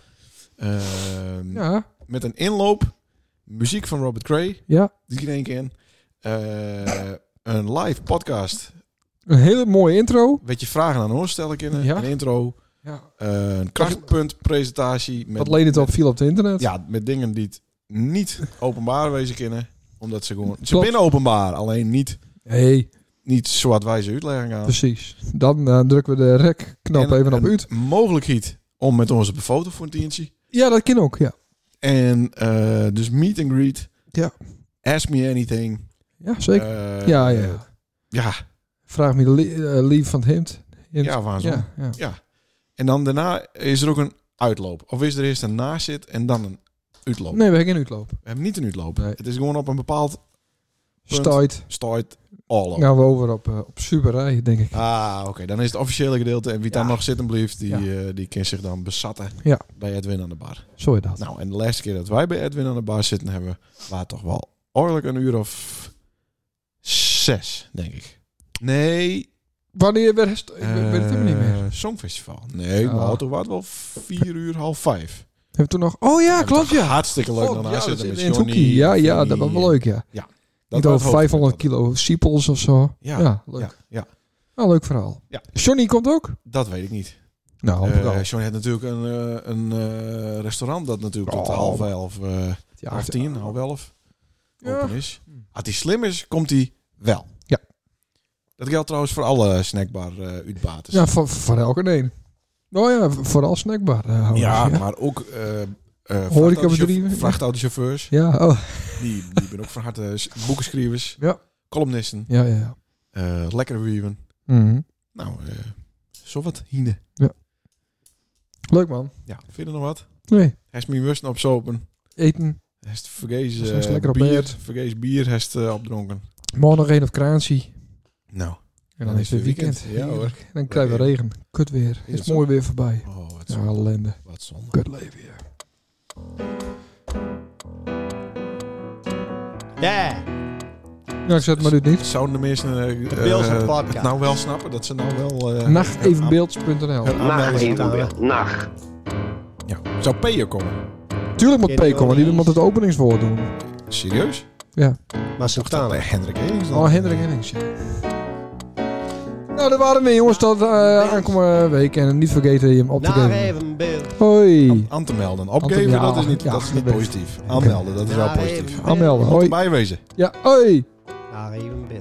Ehm, ja, Met een inloop. Muziek van Robert Cray. ja. Die in één keer in. Eh, een live podcast. Een hele mooie intro. Weet je, vragen aan ons stellen kunnen. Ja. Een intro. Ja. Eh, een krachtpuntpresentatie. Met, Wat leed het op viel op het internet. Ja, met dingen die het niet openbaar wezen kunnen. Omdat ze gewoon... Ze Klopt. binnen openbaar. Alleen niet, Hey, niet zwart wijze uitlegging aan. precies. Dan uh, drukken we de rek-knop En even op een uit. mogelijkheid om met ons op een foto voor een tientje. Ja, dat kan ook, ja. En eh, dus meet and greet. Ja. Ask me anything. Ja, zeker. Eh, ja, ja. Ja, Vraag me de li- uh, lief van het hint. Hint. ja, van zo. ja, ja. Ja. En dan daarna is er ook een uitloop. Of is er eerst een nazit en dan een uitloop. Nee, we hebben geen uitloop. We hebben niet een uitloop. Nee. Het is gewoon op een bepaald punt. Start. Start all Gaan we over op, uh, op Superrij, denk ik. Ah, oké. Dan is het officiële gedeelte. En wie dan Ja. nog zitten blijft, die, Ja. eh, die kan zich dan bezatten Ja. bij Edwin aan de bar. Zo is dat. Nou, en de laatste keer dat wij bij Edwin aan de bar zitten hebben, waren toch wel eigenlijk een uur of zes, denk ik. Nee, Wanneer werd het? Ik weet weet het helemaal niet meer. Eh, Songfestival. Nee, Ja. maar auto was wel vier uur, half vijf. Hebben we toen nog... Oh ja, klopt ja. Hartstikke leuk God, daarna ja, dat zitten zit met in het Johnny. hoekje. Ja, ja, Vinnie. dat was wel leuk, ja. Dat Niet was over het vijfhonderd hoofdpunt. kilo siepels of zo. Ja, Ja, leuk. Ja, ja, Ah, leuk verhaal. Ja. Johnny komt ook? dat weet ik niet. Nou, Eh wel. Johnny had natuurlijk een, eh, een eh, restaurant dat natuurlijk tot Oh. half elf, eh, Ja, half tien, half elf Ja. open is. Als hij slim is, komt hij wel. Ja. Dat geldt trouwens voor alle snackbar uh, uitbaters. Ja, voor, voor elke een. Oh ja, vooral snackbar. Uh, houders, Ja, ja, maar ook uh, uh, Horecabedrijven, ja. vrachtautochauffeurs. Ja, oh. Die, die ben ook van harte s- boekenschrijvers, Ja. columnisten, Ja, ja, ja. uh, lekkere wieven. Mhm. Nou, uh, zo wat hiene. Leuk man. Ja, vind je er nog wat? Nee. Hij is mijn worsten op sopen. Eten. Hest vergees Dat is uh, lekker op bier. bed. Vergees bier hest uh, opdronken. Morgen nog één op kraansie. Nou. En dan is het weekend. Ja hoor. En dan krijgen we regen. Kut weer. Is Is het mooi weer voorbij. Oh, wat Ja, zonde. ellende. Wat zonde. Kut leven, ja. Ja. Nou, ik zet het maar dit niet. Zouden de mensen uh, De Beelse uh, podcast. het nou wel snappen? Dat ze nou wel... Uh, Nachtevenbeelds punt n l hun Nacht aanmelding- evenbeeld. Nacht. Ja. Zou Peer komen? Tuurlijk moet Ken P komen. Die moet het openingswoord doen. Serieus? Ja. Maar ze Of dat bij staan. Hendrik Elings dan? Oh, Hendrik Hennings, ja. Nou, dat waren we jongens tot uh, aankomende week. En niet vergeten je hem op te Naar geven. even beeld. Hoi. Aan, aan te melden. Opgeven, ja, dat is niet, ja, dat is niet dat positief. Aanmelden, dat is wel Naar positief. even beeld. Aanmelden. Moet Hoi. erbij wezen. Ja, hoi. Naar even beeld.